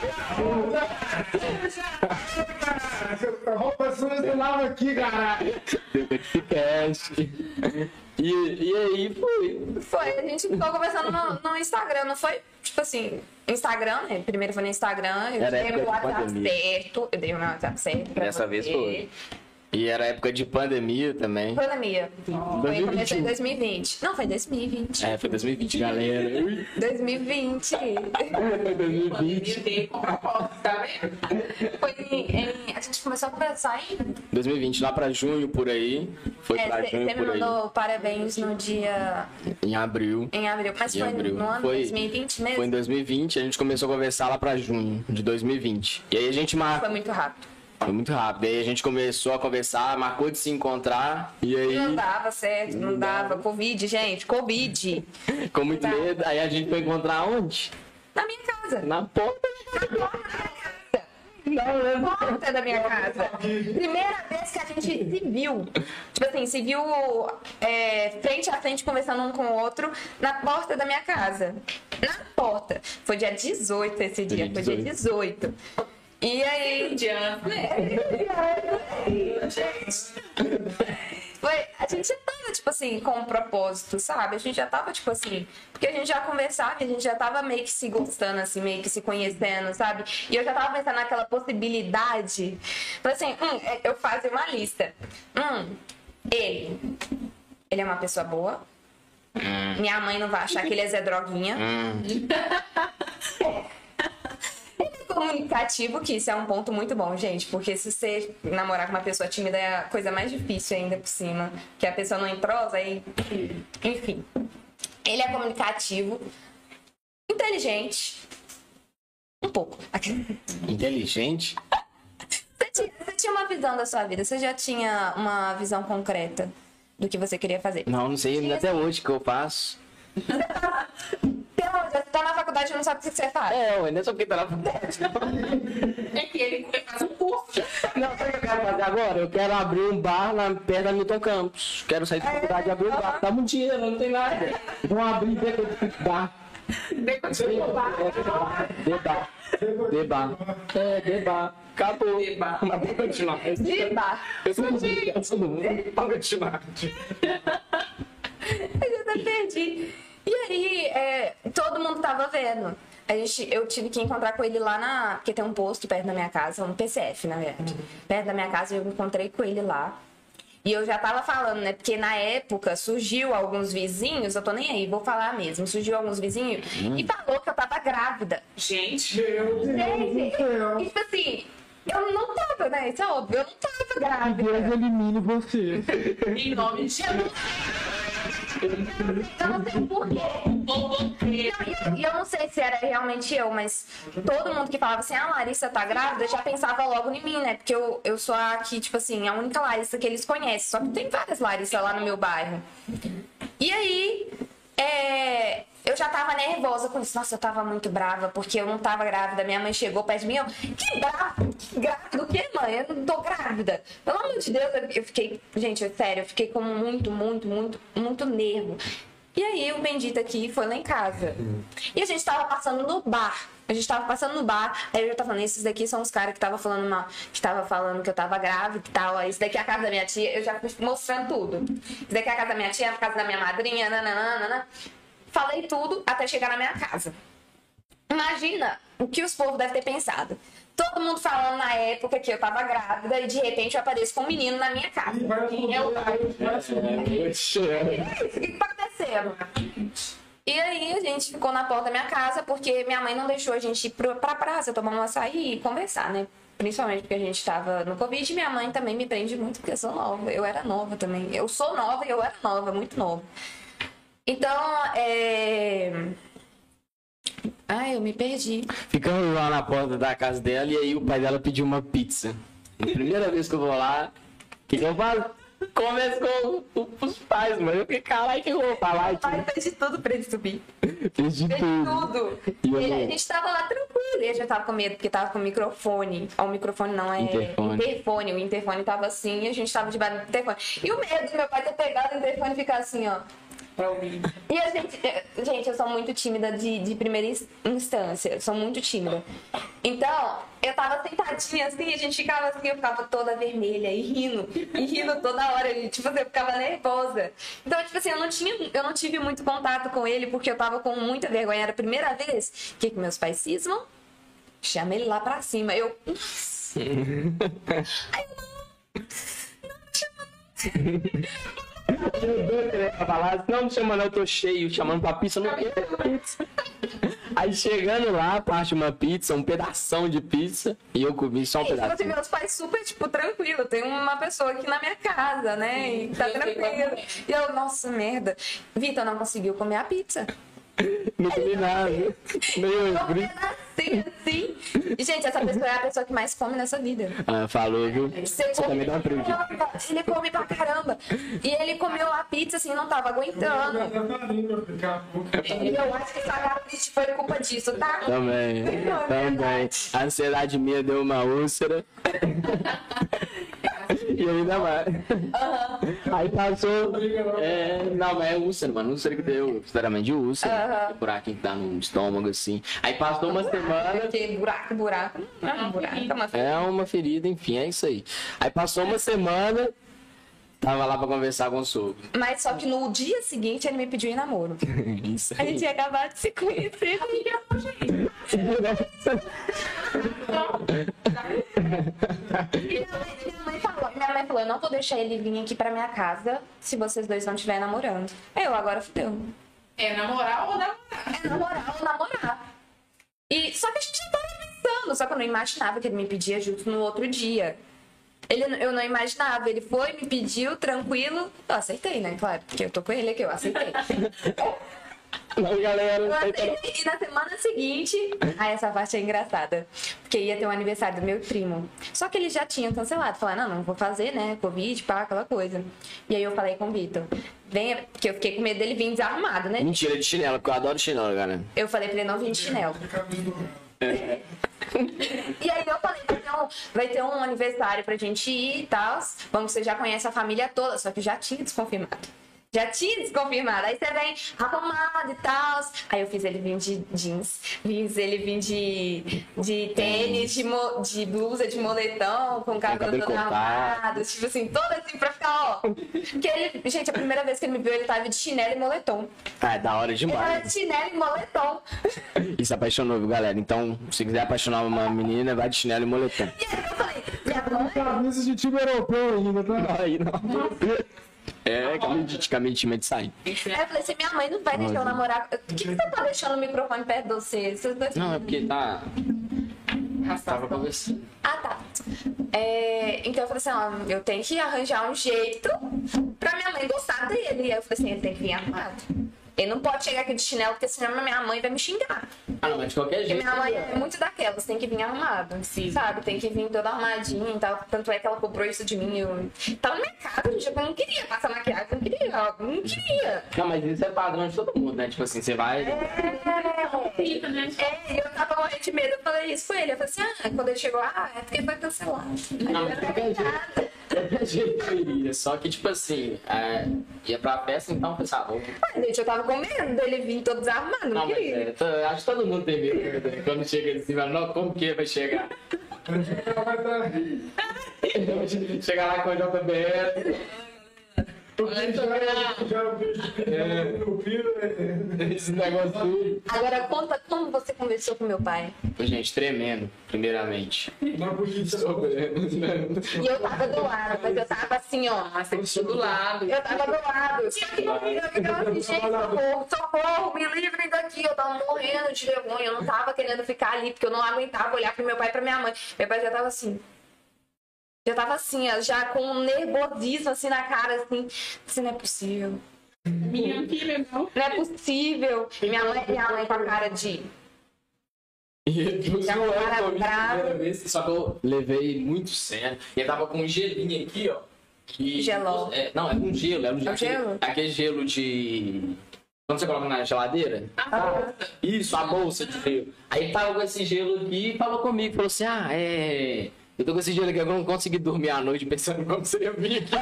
Roupa suja você lava aqui, caralho. E, e aí foi. Foi, a gente ficou conversando no, no Instagram, não foi? Tipo assim, Instagram, né? Primeiro foi no Instagram, eu Era dei época meu de WhatsApp pandemia. certo, eu dei meu WhatsApp certo. pra Dessa você. vez foi. E era época de pandemia também. Pandemia. Foi, começou em dois mil e vinte e um. dois mil e vinte. Não, foi dois mil e vinte. É, foi dois mil e vinte, galera. Ui. dois mil e vinte. Foi dois mil e vinte. Tem com propósito, tá vendo? Foi em, em- a gente começou a conversar em. dois mil e vinte, lá pra junho, por aí. Foi pra É, junho, você me por aí. mandou parabéns no dia. Em abril. Em abril. Mas Em foi abril. no ano Foi- dois mil e vinte mesmo? Foi em dois mil e vinte, a gente começou a conversar lá pra junho de dois mil e vinte. E aí a gente marcou. Foi muito rápido. Foi muito rápido. Aí a gente começou a conversar, marcou de se encontrar. E aí, Não dava certo, não dava. Covid, gente, Covid. com muito medo, aí a gente foi encontrar onde? Na minha casa. Na porta. Na porta da minha casa. Primeira vez que a gente se viu. Tipo assim, se viu é, frente a frente, conversando um com o outro, na porta da minha casa. Na porta. Foi dia dezoito esse dia, foi dia dezoito. E aí. Diana. Foi, a gente já tava, tipo assim, com um propósito, sabe? A gente já tava, tipo assim, porque a gente já conversava, a gente já tava meio que se gostando, assim, meio que se conhecendo, sabe? E eu já tava pensando naquela possibilidade. Falei assim, hum, eu fazia uma lista. Hum, ele. Ele é uma pessoa boa. Minha mãe não vai achar que ele é Zé Droguinha. Ele é comunicativo, que isso é um ponto muito bom, gente, porque se você namorar com uma pessoa tímida é a coisa mais difícil ainda por cima, que a pessoa não entrosa aí, enfim. Ele é comunicativo, inteligente, um pouco. Inteligente? Você tinha, você tinha uma visão da sua vida, você já tinha uma visão concreta do que você queria fazer? Não, não sei ainda até hoje o que eu faço. Pelo amor de Deus, você tá na faculdade e não sabe o que você faz. É, eu ainda só fiquei lá. É que ele foi fazer um curso. Não, sabe o que eu quero fazer agora? Eu quero abrir um bar na perto da Milton Campos. Quero sair da faculdade e abrir um bar. Dá muito dinheiro, não tem nada. Vamos abrir de bar. Debar. Debar. É, debar. Acabou. Debar. Mas vamos continuar. De bar. Eu sou música, eu sou música. Vamos continuar. Eu até perdi. E aí, é, todo mundo tava vendo. A gente, eu tive que encontrar com ele lá na... Porque tem um posto perto da minha casa, um P C F, na verdade. Perto da minha casa, eu encontrei com ele lá. E eu já tava falando, né? Porque na época surgiu alguns vizinhos, eu tô nem aí, vou falar mesmo. Surgiu alguns vizinhos e falou que eu tava grávida. Gente, Meu Deus Gente, do céu. e tipo assim, eu não tava, né? Isso é óbvio, eu não tava grávida. elimine você. em nome de Jesus. Eu não sei porquê. Vou você. E eu não sei se era realmente eu, mas todo mundo que falava assim, ah, Larissa tá grávida, já pensava logo em mim, né? Porque eu, eu sou aqui, tipo assim, a única Larissa que eles conhecem. Só que tem várias Larissa lá no meu bairro. E aí, é, eu já tava nervosa com isso. Nossa, eu tava muito brava, porque eu não tava grávida. Minha mãe chegou perto de mim, eu, que brava? Que grávida? O que, mãe? Eu não tô grávida. Pelo amor de Deus, eu- eu fiquei, gente, é sério, eu fiquei com muito, muito, muito, muito nervo. E aí, o Bendito aqui foi lá em casa. E a gente tava passando no bar. A gente tava passando no bar, aí eu já tava falando, esses daqui são os caras que tava falando mal, que tava falando que eu tava grávida e tal. Aí, esse daqui é a casa da minha tia, eu já fui mostrando tudo. Esse daqui é a casa da minha tia, a casa da minha madrinha, nananana. Falei tudo até chegar na minha casa. Imagina o que os povos devem ter pensado. Todo mundo falando na época que eu tava grávida e de repente eu apareço com um menino na minha casa. Quem é o pai? O que tá acontecendo? E aí a gente ficou na porta da minha casa porque minha mãe não deixou a gente ir pra, pra praça, tomar um açaí e conversar, né? Principalmente porque a gente tava no Covid e minha mãe também me prende muito porque eu sou nova. Eu era nova também. Eu sou nova e eu era nova, muito nova. Então, é... Ai, eu me perdi. Ficamos lá na porta da casa dela e aí o pai dela pediu uma pizza. E a primeira vez que eu vou lá, o que, que eu faço? Converso com os pais, mano. Eu fiquei, caralho, o que eu vou falar? O pai fez de tudo pra ele subir. Fiz de Fez tudo. tudo. E eu E não- a gente tava lá tranquilo. E a gente tava com medo porque tava com o microfone. Ó, o microfone não é Interfone. interfone. O interfone tava assim e a gente tava debaixo do interfone. E o medo do meu pai ter pegado o interfone e ficar assim, ó. Pra ouvir. E a gente, gente, eu sou muito tímida de, de primeira ins- instância, eu sou muito tímida. Então, eu tava sentadinha assim, a gente ficava assim, eu ficava toda vermelha e rindo, e rindo toda hora, e, tipo, eu ficava nervosa. Então, tipo assim, eu não, tinha, eu não tive muito contato com ele porque eu tava com muita vergonha, era a primeira vez. O que, que meus pais cismam? Chama ele lá pra cima. Eu. Nossa. Aí eu não. Não chama não. Eu doido, né, pra falar, não me chama não, eu tô cheio, chamando pra pizza, eu não quero pizza. Aí chegando lá, parte uma pizza, um pedação de pizza, e eu comi só um E, tipo assim, pedacinho. meus pais super, tipo, tranquilo. Tem uma pessoa aqui na minha casa, né? E tá tranquilo. E eu, nossa, merda. Vitor não conseguiu comer a pizza. Não comi nada. Meio Um esbrito. pedacinho assim. E, gente, essa pessoa é a pessoa que mais come nessa vida. Ah, falou, viu? Você Você come também não pra acredita. caramba. Ele come pra caramba. E ele comeu a pizza assim, não tava aguentando. E eu acho que essa gastrite foi culpa disso, tá? Também, também. A ansiedade minha deu uma úlcera. E ainda mais. Aí passou. É, não, mas é úlcera, mano. Úlcera que deu, sinceramente, de úlcera. Aham. O buraquinho que tá no estômago, assim. Aí passou uma semana. Porque buraco, buraco. Não é um buraco, é uma É uma ferida, enfim, é isso aí. Aí passou uma semana. Tava lá pra conversar com o sogro. Mas só que no dia seguinte ele me pediu em namoro. Isso A aí. gente tinha acabado de se conhecer. E minha mãe, minha mãe falou, minha mãe falou, eu não vou deixar ele vir aqui pra minha casa se vocês dois não estiverem namorando. Aí eu, agora fudeu. É namorar ou namorar? É namorar ou namorar. E, só que a gente já tava pensando, só que eu não imaginava que ele me pedia junto no outro dia. Ele, eu não imaginava, ele foi, me pediu, tranquilo. Eu aceitei, né? Claro, porque eu tô com ele aqui, eu aceitei. Não, galera. Eu tá- aceitei. E na semana seguinte, aí essa parte é engraçada, porque ia ter um aniversário do meu primo. Só que eles já tinham cancelado, falaram, não, não vou fazer, né? Covid, pá, aquela coisa. E aí eu falei com o Vitor, venha, porque eu fiquei com medo dele vir desarrumado, né? Mentira de chinelo, porque eu adoro chinelo, galera. Eu falei pra ele não vir de chinelo. E aí eu falei, vai ter, um, vai ter um aniversário pra gente ir e tal. Vamos, você já conhece a família toda, só que já tinha desconfirmado. Já tinha desconfirmado. Aí você vem arrumado e tal. Aí eu fiz ele vir de jeans, fiz ele vir de, de tênis, de, mo, de blusa, de moletom, com o cabelo cabelo todo cortado. arrumado. Tipo assim, todo assim pra ficar, ó. Porque ele, gente, a primeira vez que ele me viu, ele tava de chinelo e moletom. Ah, é da hora Ele tava demais. de chinelo e moletom. E se apaixonou, viu, galera? Então, se quiser apaixonar uma menina, vai de chinelo e moletom. E aí eu falei, minha mãe. Camisa de time europeu ainda, tá? Aí, não. É, caminho de, caminho de time de sair. Aí eu falei assim, minha mãe não vai deixar eu namorar. Por que, que você tá deixando o microfone perto de você? Vocês dois... Não, é porque tá. Tava conversando. Ah, tá. É, então eu falei assim, ó, eu tenho que arranjar um jeito pra minha mãe gostar dele. E aí eu falei assim, ele tem que vir arrumado. Ele não pode chegar aqui de chinelo, porque senão minha mãe vai me xingar. Ah, não, mas de qualquer Porque jeito. minha mãe é muito daquelas, tem que vir arrumado. Sim. Sabe? Tem que vir toda arrumadinha e tal. Tanto é que ela cobrou isso de mim. Eu tava na minha casa, gente. Eu não queria passar maquiagem, eu não queria. Eu não queria. Não, mas isso é padrão de todo mundo, né? Tipo assim, você vai. Fica, né? É, e eu tava morrendo de medo, eu falei isso com ele. Eu falei assim, ah, quando ele chegou, ah, é porque foi cancelado. Não, mas de qualquer jeito. De qualquer jeito eu iria. Só que, tipo assim, é, ia pra festa, então pensava. vou- Ai, gente, eu tava com medo dele vir todo desarmado, não, Não, mas queria. é, to- acho que todo mundo tem medo né? Quando chega assim, fala, não, como que vai chegar? Chegar lá com a J B L. Já o beijo no piro, né? Esse negócio tudo. Agora conta como você conversou com meu pai. Gente, tremendo, primeiramente. Não podia ser. E eu tava do lado, mas eu tava assim, ó. Ah, você ficou do lado. Eu tava do lado. Só que eu ficava assim, gente, socorro, socorro, me livrem daqui. Eu tava morrendo de vergonha. Eu não tava querendo ficar ali, porque eu não aguentava olhar pro meu pai e pra minha mãe. Meu pai já tava assim. Já tava assim, ó, já com um nervosismo assim na cara, assim. Isso não é possível. Minha filha, não. Não é possível. Minha mãe, minha mãe com a cara de. E eu Já zoando cara comigo a brava. primeira vez, só que eu levei muito sério. E eu tava com um gelinho aqui, ó. E, Gelol. é, não, é um gelo, é um gelo. É um gelo? Aquele gelo de. Quando você coloca na geladeira? Ah, Isso, a bolsa de gelo. Aí ele tava com esse gelo aqui e falou comigo, falou assim, ah, é. Eu tô com esse gelo aqui, eu não consegui dormir à noite pensando como seria vir aqui.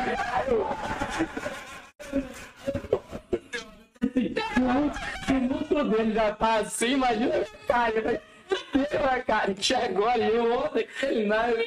O músculo dele já tá assim, imagina a minha cara. Vai ter uma cara que agora e eu ontem, aquele nada.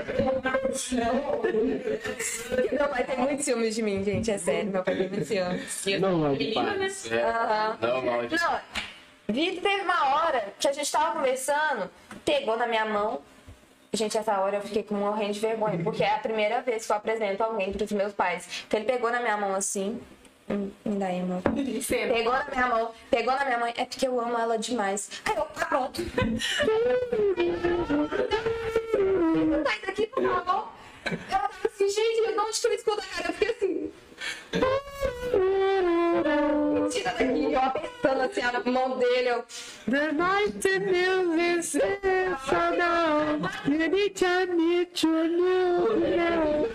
Meu pai tem muitos ciúmes de mim, gente. É sério, meu pai tem muitos ciúmes. Não, mal de Menina, né? paz. É, Aham. não, mal de Não, Vitor, teve uma hora que a gente tava conversando, pegou na minha mão. Gente, essa hora eu fiquei com morrendo de vergonha, porque é a primeira vez que eu apresento alguém pros meus pais. Então ele pegou na minha mão assim. Hum, Me dá aí, amor. Pegou na minha mão, pegou na minha mãe. É porque eu amo ela demais. Aí eu, tá pronto. Sai daqui, por favor. Ela tava assim, gente, de onde que eu escuto a cara? Eu fiquei assim. Tira daqui, eu apertando assim a mão dele. Eu... The night is sensational. You need to need to know.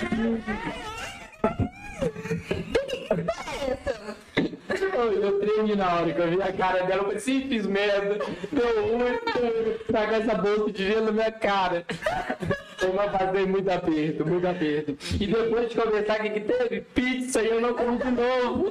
Eu tremi na hora que eu vi a cara dela, eu falei, sim, fiz merda, deu ruim, tá com essa bolsa de gelo na minha cara. Eu não passei muito aperto, muito aperto. E depois de conversar o que que teve, pizza e eu não comi de novo.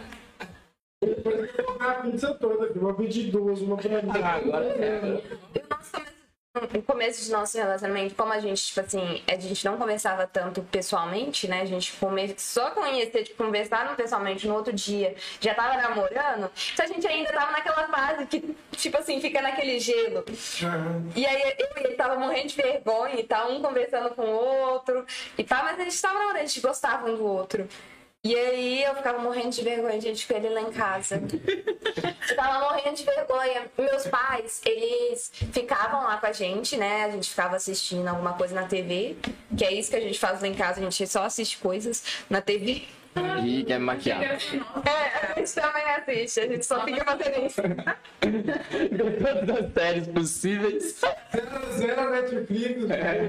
Depois eu vou comer a pizza toda aqui. Vou pedir duas, uma pra mim. Ah, agora é. E o nosso começo, o começo de nosso relacionamento, como a gente, tipo assim, a gente não conversava tanto pessoalmente, né? A gente começou a conhecer, tipo, conversar pessoalmente no outro dia, já tava namorando, então a gente ainda tava naquela fase que, tipo assim, fica naquele gelo. E aí eu e ele tava morrendo de vergonha e tal, um conversando com o outro e tal, mas a gente tava namorando, a gente gostava um do outro. E aí eu ficava morrendo de vergonha, gente, com ele lá em casa. Eu tava morrendo de vergonha. Meus pais, eles ficavam lá com a gente, né? A gente ficava assistindo alguma coisa na T V, que é isso que a gente faz lá em casa, a gente só assiste coisas na T V. Ih, quer me maquiar. É, a gente também assiste, a gente só fica fazendo isso. Todas as séries possíveis. Zero, zero Netflix.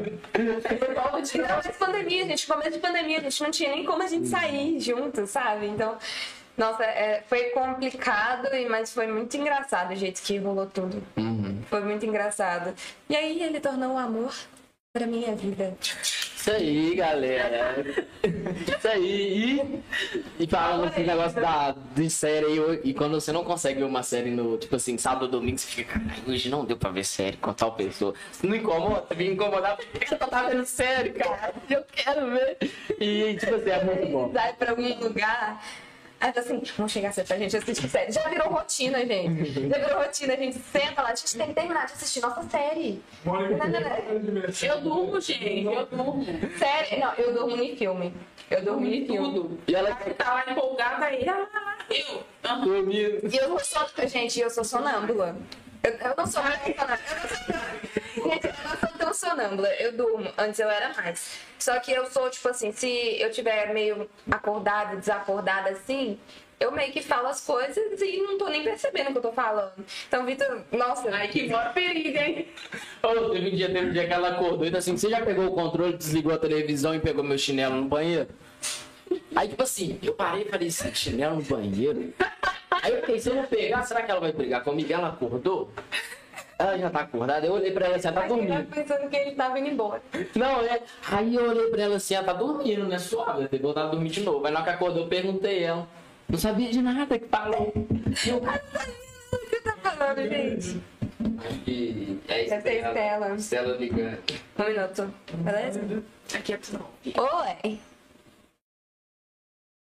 Todo dia. Não, mas pandemia, gente, começo de pandemia, a gente não tinha nem como a gente sair junto, sabe? Então, nossa, é, foi complicado, e- mas foi muito engraçado o jeito que rolou tudo. Uhum. Foi muito engraçado. E aí ele tornou o amor pra minha vida. Isso aí, galera. Isso aí. E, e falando esse negócio da, de série aí, e quando você não consegue ver uma série no, tipo assim, sábado ou domingo, você fica, caralho, hoje não deu pra ver série com tal pessoa. Você não incomoda, você fica incomodado, porque eu tava vendo série, cara. Eu quero ver. E, tipo assim, é muito bom. Vai pra algum lugar. Aí fala assim, vamos chegar cedo pra gente assistir série. Já virou rotina, gente. Já virou rotina, a gente senta lá, a gente tem que terminar de assistir nossa série. Mora em Eu durmo, gente, eu durmo. Série? Não, eu durmo em filme. Eu durmo em filme. Tudo. E ela Você tá lá empolgada aí. Ah, eu. Aham. dormindo. E eu sou, gente, eu sou sonâmbula. Eu, eu não sou mais sonâmbula. Eu não sou, gente, eu não sou tão sonâmbula. Eu durmo. Antes eu era mais. Só que eu sou, tipo assim, se eu tiver meio acordada, desacordada assim, eu meio que falo as coisas e não tô nem percebendo o que eu tô falando. Então, Vitor, nossa. Ai, que maior perigo, hein? Oh, teve um dia, teve um dia que ela acordou e tá assim, você já pegou o controle, desligou a televisão e pegou meu chinelo no banheiro? Aí, tipo assim, eu parei e falei assim, chinelo no banheiro? Aí eu pensei, se eu não pegar, será que ela vai brigar comigo? Ela acordou? Ela já tá acordada, eu olhei pra ela assim, ela tá Aí eu tava dormindo. pensando que ele tava indo embora. Não, é. Aí eu olhei pra ela assim, ela tá dormindo, né? Suave, eu ter voltado a dormir de novo. Aí na hora que acordou, eu perguntei ela. Não sabia de nada que falou. E eu, O que tá falando, gente? acho que é Deve ser Estela. Estela ligando. Um minuto. Beleza? Aqui é tudo. Oi.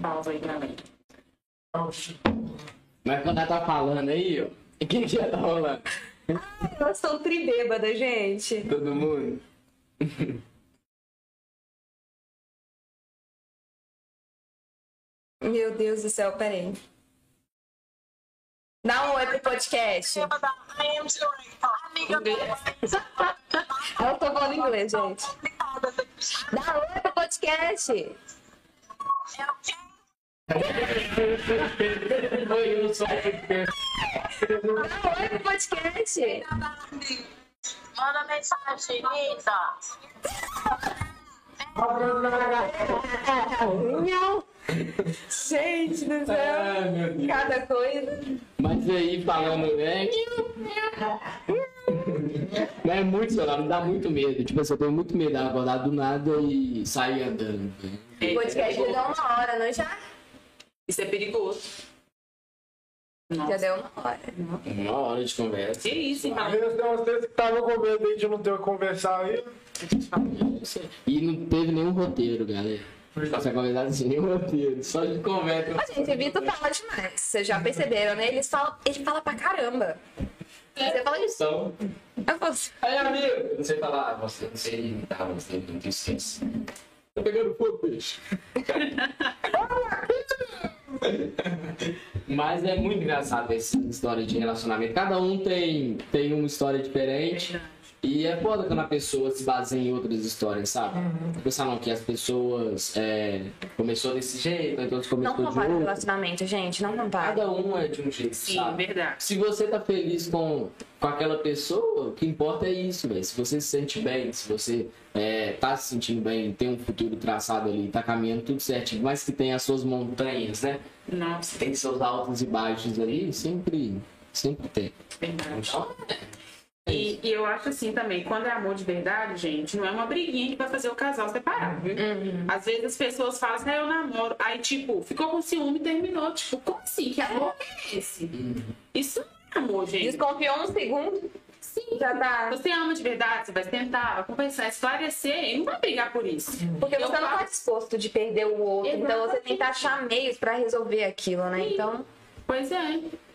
pausa aí pra mim. Mas quando ela tá falando aí, ó, o que que tá rolando? Ai, eu sou tribêbada, gente. Todo mundo? Meu Deus do céu, peraí. Dá um oi pro podcast. I am doing. Amiga, Eu tô falando inglês, gente. Dá um oi pro podcast. Foi eu só Dá um oi pro podcast. manda mensagem, linda. Não. Gente do céu. Ai, meu Deus. Cada coisa. Mas aí, falando, né? Mas é muito, sei lá, me dá muito medo. Tipo assim, eu tenho muito medo de acordar do nada e sair andando. O podcast já deu uma hora, não já? Isso é perigoso. Já Nossa. deu uma hora. Uma hora de conversa. Que isso, hein, Às vezes tem vocês que estavam com medo aí de não ter o que conversar aí. E não teve nenhum roteiro, galera. Essa conversa sem nenhum roteiro, só de conversa. Ó, gente, o Vitor fala demais. Vocês já perceberam, né? Ele fala, ele fala pra caramba. Você fala isso. Então, Eu falo assim, aí, amigo, eu não sei falar, você não sei imitar, você não tem esquece. Tá pegando fogo, peixe. Mas é muito engraçado essa história de relacionamento. Cada um tem, tem uma história diferente. E é foda quando a pessoa se baseia em outras histórias, sabe? Uhum. Pensar não que as pessoas é, começou desse jeito, então não começou de compara o outro. relacionamento, gente. Não compara. Cada um é de um jeito, Sim, sabe? verdade. Se você tá feliz com, com aquela pessoa, o que importa é isso, velho. Se você se sente bem, se você é, tá se sentindo bem, tem um futuro traçado ali, tá caminhando tudo certinho, mas que tem as suas montanhas, né? Nossa, Tem seus altos e baixos ali, sempre, sempre tem. verdade. Então, E, e eu acho assim também, quando é amor de verdade, gente, não é uma briguinha que vai fazer o casal separar, viu? Às vezes as pessoas falam assim, ah, eu namoro, aí tipo, ficou com ciúme e terminou. Tipo, como assim? Que amor é esse? Isso não é amor, gente. Desconfiou um segundo. Sim. Já tá. Você ama de verdade, você vai tentar, vai conversar, esclarecer e não vai brigar por isso. Porque Eu você não tá falo- disposto de perder o outro. Então você Exatamente. tenta achar meios pra resolver aquilo, né? Sim. Então. Pois é.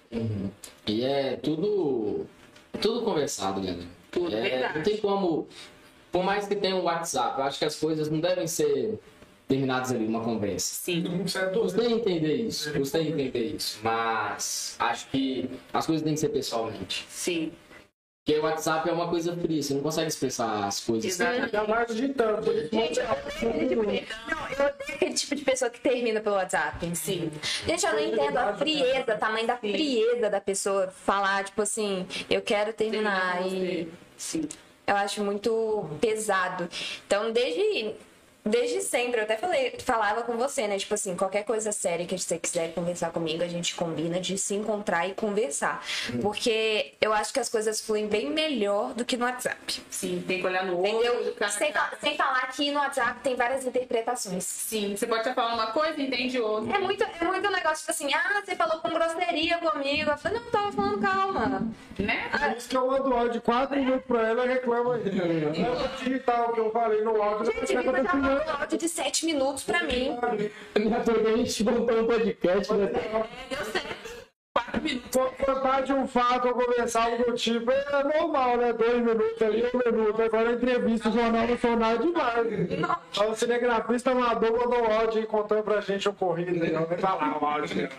e é tudo, tudo conversado, galera. Tudo, É, verdade. não tem como, por mais que tenha um WhatsApp, eu acho que as coisas não devem ser terminadas ali numa conversa. Sim. Um certo Gostei de entender isso, gostei de entender isso, mas acho que as coisas têm que ser pessoalmente. Sim. Porque o WhatsApp é uma coisa fria, você não consegue expressar as coisas. Exatamente. Ainda mais digitando. Gente, eu odeio aquele tipo de... Não, eu odeio aquele tipo de pessoa que termina pelo WhatsApp. Sim. Gente, eu não entendo a frieza, o tamanho da frieza da pessoa falar, tipo assim, eu quero terminar. E Sim. eu acho muito pesado. Então, desde, desde sempre, eu até falei, falava com você, né? Tipo assim, qualquer coisa séria que você quiser conversar comigo, a gente combina de se encontrar e conversar. Porque eu acho que as coisas fluem bem melhor do que no WhatsApp. Sim, tem que olhar no olho. Entendeu? cara a Sem, cara. fa- sem falar que no WhatsApp tem várias interpretações. Sim, você pode estar falando uma coisa e entende outra. É muito, é muito negócio, tipo assim, ah, você falou com grosseria comigo. Eu falei, não, eu tava falando calma. Né? Por isso que eu mando áudio de quatro minutos pra ela e reclama aí. Não é pra digitar o que eu falei no áudio. Gente, o Vitor tava falando um áudio de sete minutos pra mim. Minha turma, a gente montou um podcast, né? Deu certo. Quatro minutos. Contar de um fato ou conversar algo do tipo é normal, né? Dois minutos ali, um minuto. Agora a entrevista, o Jornal Nacional é demais. Então, o cinegrafista amador mandou um áudio aí contando pra gente o ocorrido. Né? Não vai falar o áudio, né?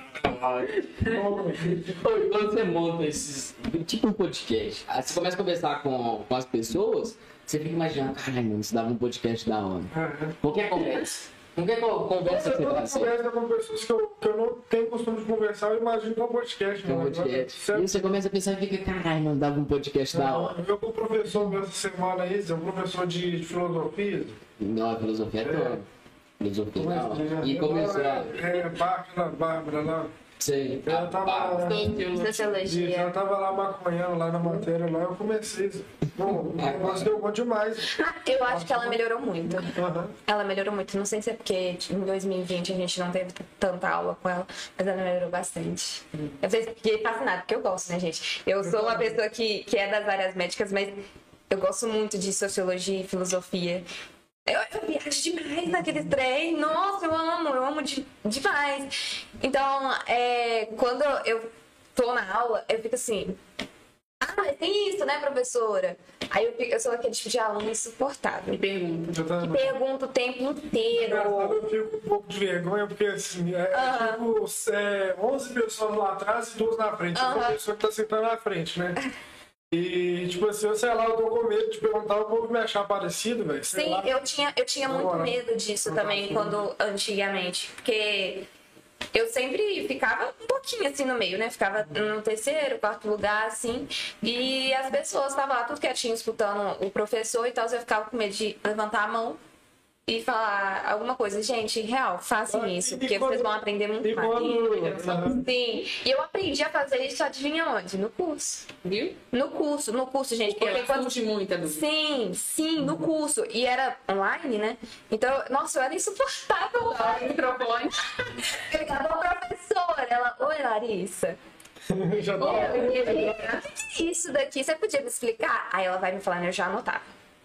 Oi, quando você monta esses. Tipo um podcast, aí você começa a conversar com, com as pessoas, você fica imaginando, caralho, mano, isso dava um podcast da hora. Qualquer conversa. Qualquer co- conversa que você Eu faça. conversa com pessoas que eu, que eu não tenho costume de conversar, eu imagino que é um podcast. Um né? podcast. Certo? E você começa a pensar e fica, caralho, mano, dava um podcast da hora. Eu com o professor meu essa semana aí, é um professor de, de filosofia. Não, a filosofia é toda. Filosofia é da hora. E Eu- começou a. É, Bárbara, Bárbara lá. Sei, Ela a- tava, a- Isso, Sociologia. ela tava lá maconhando lá na matéria lá, eu comecei. Bom, o negócio deu bom demais. Eu acho que ela melhorou muito. Aham. Ela melhorou muito. Não sei se é porque em dois mil e vinte a gente não teve tanta aula com ela, mas ela melhorou bastante. Eu fiquei fascinada, porque eu gosto, né, gente? Eu sou uma pessoa que, que é das áreas médicas, mas eu gosto muito de sociologia e filosofia. Eu, eu viajo demais naquele trem. Nossa, eu amo, eu amo de, demais. Então, é, quando eu tô na aula, eu fico assim... Ah, mas tem isso, né, professora? Aí eu, fico, eu sou aquele tipo de aluno insuportável. Me pergunta. Eu Que também. pergunta o tempo inteiro. Eu fico um pouco de vergonha, porque assim, é, Aham. tipo, é, onze pessoas lá atrás e duas na frente. Eu sou a Aham. pessoa que tá sentando na frente, né? E, tipo assim, eu sei lá, eu tô com medo de perguntar, o povo me achar parecido, velho. sei Sim, lá. eu tinha, eu tinha muito Agora, medo disso não também, tá quando antigamente, porque eu sempre ficava um pouquinho assim no meio, né? Ficava no terceiro, quarto lugar, assim, e as pessoas estavam lá tudo quietinho escutando o professor e tal, eu ficava com medo de levantar a mão e falar alguma coisa. Gente, real, façam Ah, isso, e porque quando- vocês vão aprender muito E mais. quando. Aham. Sim, e eu aprendi a fazer isso, adivinha onde? No curso. Viu? No curso, no curso, gente, Porque porque ela quando... surge muita dúvida. Sim, sim, no curso. E era online, né? Então, nossa, eu era insuportável O lá. microfone. Eu ligava pra professora, ela, oi Larissa. Já Ô, tá. eu queria- O que é isso daqui? Você podia me explicar? Aí ela vai me falando, eu já anotava.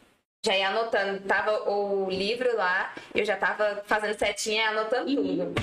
Já ia anotando, tava o livro lá, eu já tava fazendo setinha, anotando tudo.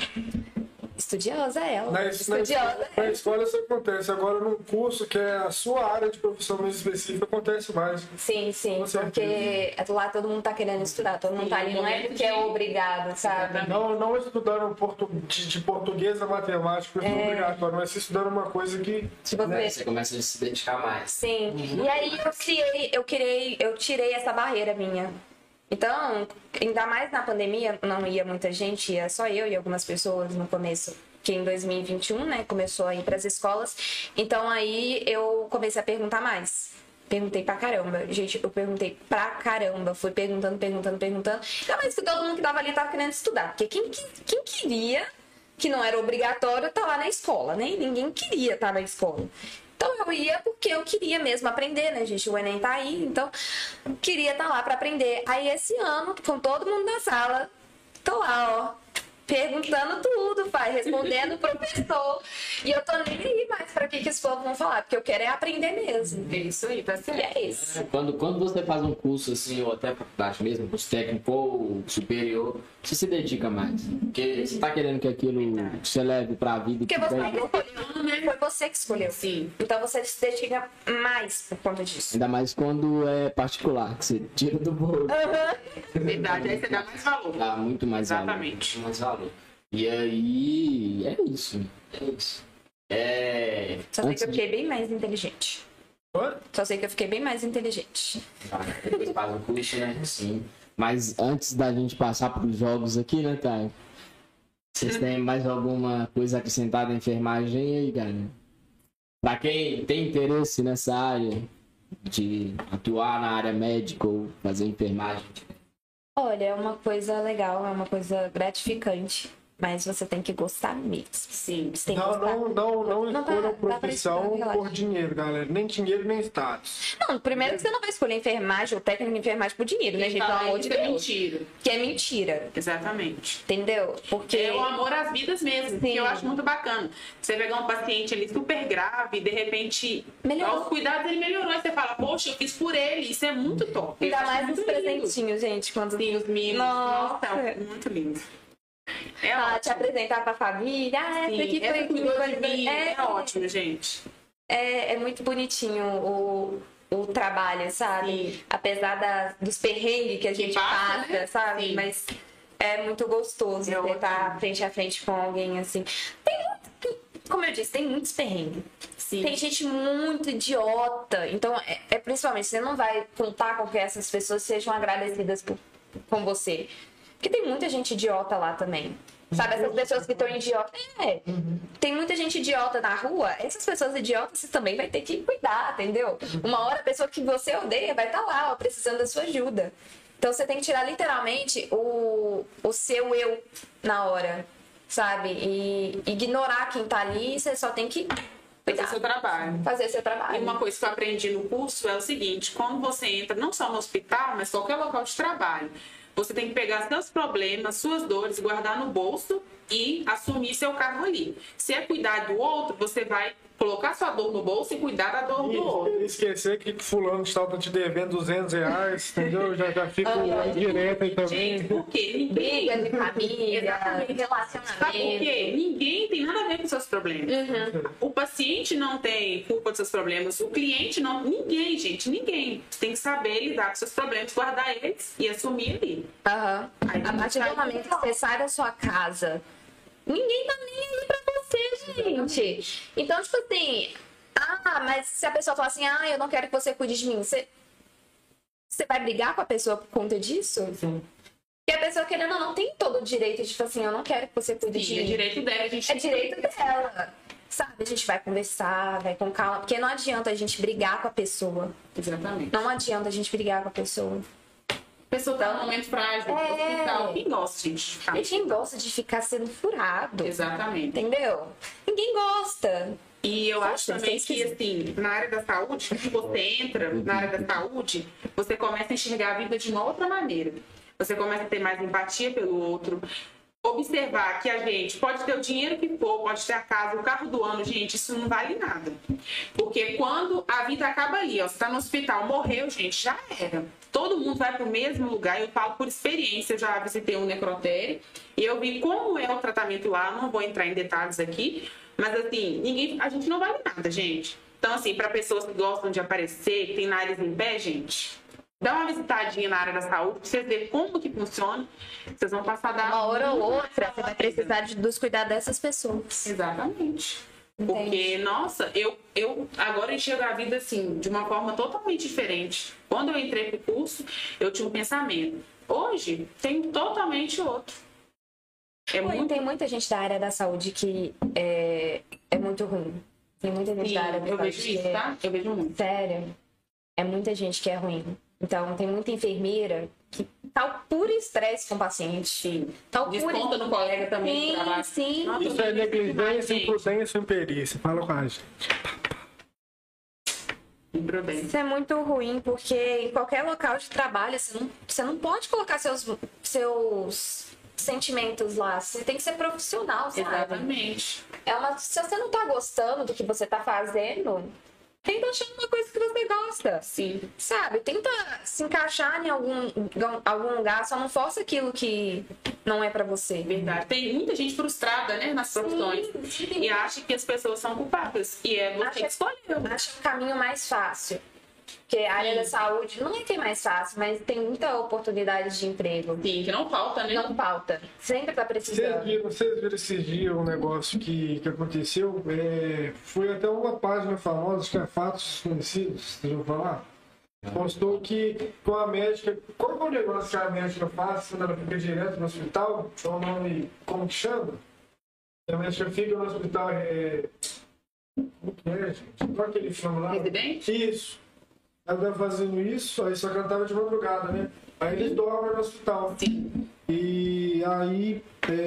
Estudiosa ela. Na, na, Estudiosa. na escola isso acontece. Agora, num curso que é a sua área de profissão mais específica, acontece mais. Sim, sim, Com certeza. porque lá todo mundo tá querendo estudar, todo mundo Sim, tá ali, não é momento porque é de- obrigado, sabe? Não, não estudando portu, de, de português a matemática, isso é obrigatório, mas estudando uma coisa que. Tipo, né? Você começa a se dedicar mais. sim. E aí eu criei, eu criei, eu tirei essa barreira minha. Então, ainda mais na pandemia, não ia muita gente, ia só eu e algumas pessoas no começo. Que em dois mil e vinte e um, né, começou a ir pras escolas. Então aí eu comecei a perguntar mais. Perguntei pra caramba. Gente, eu perguntei pra caramba. Fui perguntando, perguntando, perguntando. Ainda mais que todo mundo que tava ali tava querendo estudar. Porque quem, quem queria, que não era obrigatório, estar lá na escola, né? Ninguém queria estar na escola. Então eu ia porque eu queria mesmo aprender, né, gente? O Enem tá aí, então queria estar lá pra aprender. Aí esse ano, com todo mundo na sala, tô lá, ó. Perguntando tudo, pai, respondendo o professor. E eu tô nem aí mais pra que, que os povos vão falar, porque eu quero é aprender mesmo. É isso aí, tá E certo. é isso. Quando, quando você faz um curso assim, ou até faculdade mesmo, curso técnico ou superior, você se dedica mais. Porque você tá querendo que aquilo você leve pra vida. Porque que você bem- que escolheu, né? Foi você que escolheu. Sim. Então você se dedica mais por conta disso. Ainda mais quando é particular, que você tira do bolso. Verdade, aí você dá mais valor. Dá muito mais valor. Exatamente. Muito mais valor. E aí, é isso. É isso. É. Só sei Antes que eu fiquei bem mais inteligente. Oi? Só sei que eu fiquei bem mais inteligente. de- depois faz um curso, né? Sim. Mas antes da gente passar para os jogos aqui, né, Thay? Vocês têm mais alguma coisa acrescentada na enfermagem aí, galera? Pra quem tem interesse nessa área de atuar na área médica ou fazer enfermagem, Olha, é uma coisa legal, é uma coisa gratificante. Mas você tem que gostar mesmo. Sim. Você tem que Não, gostar. não, não, não Não, escolha dá- a dá pra profissão estudar, relaxa. por dinheiro, galera. Nem dinheiro, nem status. Não, primeiro que você não vai escolher enfermagem ou técnico de enfermagem por dinheiro, né, gente? Pelo Fala amor isso de é Deus. mentira. Que é mentira, Exatamente. entendeu? Porque. É o amor às vidas mesmo, Sim. que eu acho muito bacana. Você pegar um paciente ali super grave, de repente, Melhorou. aos cuidados ele melhorou. Aí você fala, poxa, eu fiz por ele. Isso é muito top. Eu Ainda acho mais muito os lindo. presentinhos, gente. Quando Sim, os mimos. Nossa. Nossa, é muito lindo. É ah, te ótimo. apresentar pra família. Ah, essa Sim, aqui foi essa aqui. cuidou de foi- mim. É, É ótimo, gente. é, é muito bonitinho o, o trabalho, sabe? Sim. Apesar da, dos perrengues que a gente passa, passa, né? sabe? Sim. Mas é muito gostoso É você estar ótimo. frente a frente com alguém assim. Tem muito, como eu disse, tem muitos perrengues. Sim. Tem gente muito idiota. Então, é, é principalmente, você não vai contar com que essas pessoas sejam agradecidas por, com você. Porque tem muita gente idiota lá também. Sabe, essas pessoas que estão idiotas. É, tem muita gente idiota na rua. Essas pessoas idiotas você também vai ter que cuidar, entendeu? Uma hora a pessoa que você odeia vai estar lá, ó, precisando da sua ajuda. Então você tem que tirar literalmente o, o seu eu na hora, sabe? E ignorar quem tá ali, você só tem que Fazer cuidar, seu trabalho. fazer seu E trabalho. uma coisa que eu aprendi no curso é o seguinte, quando você entra não só no hospital, mas qualquer local de trabalho, você tem que pegar seus problemas, suas dores, guardar no bolso e assumir seu cargo ali. Se é cuidar do outro, você vai colocar sua dor no bolso e cuidar da dor do outro. E esquecer que fulano de tal tá te devendo duzentos reais, entendeu? Já, já fica direto aí também. Gente, por quê? Ninguém... Briga de família, Exatamente. relacionamento. Sabe por quê? Ninguém tem nada a ver com seus problemas. Uhum. O paciente não tem culpa dos seus problemas. O cliente não... Ninguém, gente. Ninguém. Você tem que saber lidar com seus problemas, guardar eles e assumir ali. Aham. Aí A partir sai do momento que você sai da sua casa, ninguém tá nem aí pra você, gente. Então, tipo assim, ah, mas se a pessoa falar assim, ah, eu não quero que você cuide de mim, você, você vai brigar com a pessoa por conta disso? Sim. Porque a pessoa, querendo ou não, tem todo o direito de, tipo assim, eu não quero que você cuide de Sim, é mim. direito dela. A gente É direito dela. Sabe, a gente vai conversar, vai com calma, porque não adianta a gente brigar com a pessoa. Exatamente. Não adianta a gente brigar com a pessoa. A pessoa tá num momento frágil, É. no hospital. Quem gosta, gente? de ficar- Ninguém gosta de ficar sendo furado. Exatamente. Entendeu? Ninguém gosta. E eu acho Poxa, também você que, assim, na área da saúde, quando você entra na área da saúde, você começa a enxergar a vida de uma outra maneira. Você começa a ter mais empatia pelo outro. Observar que a gente pode ter o dinheiro que for, pode ter a casa, o carro do ano, gente, isso não vale nada. Porque quando a vida acaba ali, ó, você tá no hospital, morreu, gente, já era. Todo mundo vai pro mesmo lugar, eu falo por experiência, eu já visitei um necrotério e eu vi como é o tratamento lá, não vou entrar em detalhes aqui, mas assim, ninguém, a gente não vale nada, gente. Então, assim, para pessoas que gostam de aparecer, que tem nariz em pé, gente, dá uma visitadinha na área da saúde, pra vocês verem como que funciona. Vocês vão passar da... Uma hora ou outra, você vai precisar de, dos cuidados dessas pessoas. Exatamente. Entendi. Porque, nossa, eu, eu agora enxergo a vida assim, de uma forma totalmente diferente. Quando eu entrei pro curso, eu tinha um pensamento. Hoje, tem totalmente outro. É Pô, e muito... tem muita gente da área da saúde que é, é muito ruim. Tem muita gente Sim, da área da eu saúde vejo que isso, é- tá? Eu vejo muito. Sério, é muita gente que é ruim. Então, tem muita enfermeira que tá o puro estresse com o paciente. Sim. Tá o puro... Desconta no colega também de Sim, trabalho. sim. Nossa, Isso é negligência, gente. imprudência e imperícia. Fala com a gente. Imprudência. Isso é muito ruim, porque em qualquer local de trabalho, você não, você não pode colocar seus, seus sentimentos lá. Você tem que ser profissional, sabe? Exatamente. É uma, se você não tá gostando do que você tá fazendo, tenta achar uma coisa que você gosta. Sim. Sabe? Tenta se encaixar em algum, algum lugar, só não força aquilo que não é pra você. Verdade. Tem muita gente frustrada, né, nas profissões. Sim, sim. E acha que as pessoas são culpadas. E é você Acha- que escolheu. Acha um caminho mais fácil. Porque a área Sim. da saúde não é que é mais fácil, mas tem muita oportunidade de emprego. Sim, que não falta, né? Não falta. Sempre tá Vocês precisando. viram, vocês viram esses dias um negócio que, que aconteceu? É, foi até uma página famosa, que é Fatos Desconhecidos, vocês vão falar? Postou que com a médica. Qual que é o negócio que a médica faz quando ela fica direto no hospital? Qual o nome? Como que chama? A médica fica no hospital. É... Como que é, gente? Qual aquele filme lá? Residente? Isso. Ela tá fazendo isso, aí só que ela tava de madrugada, né? Aí eles dormem no hospital. Sim. E aí,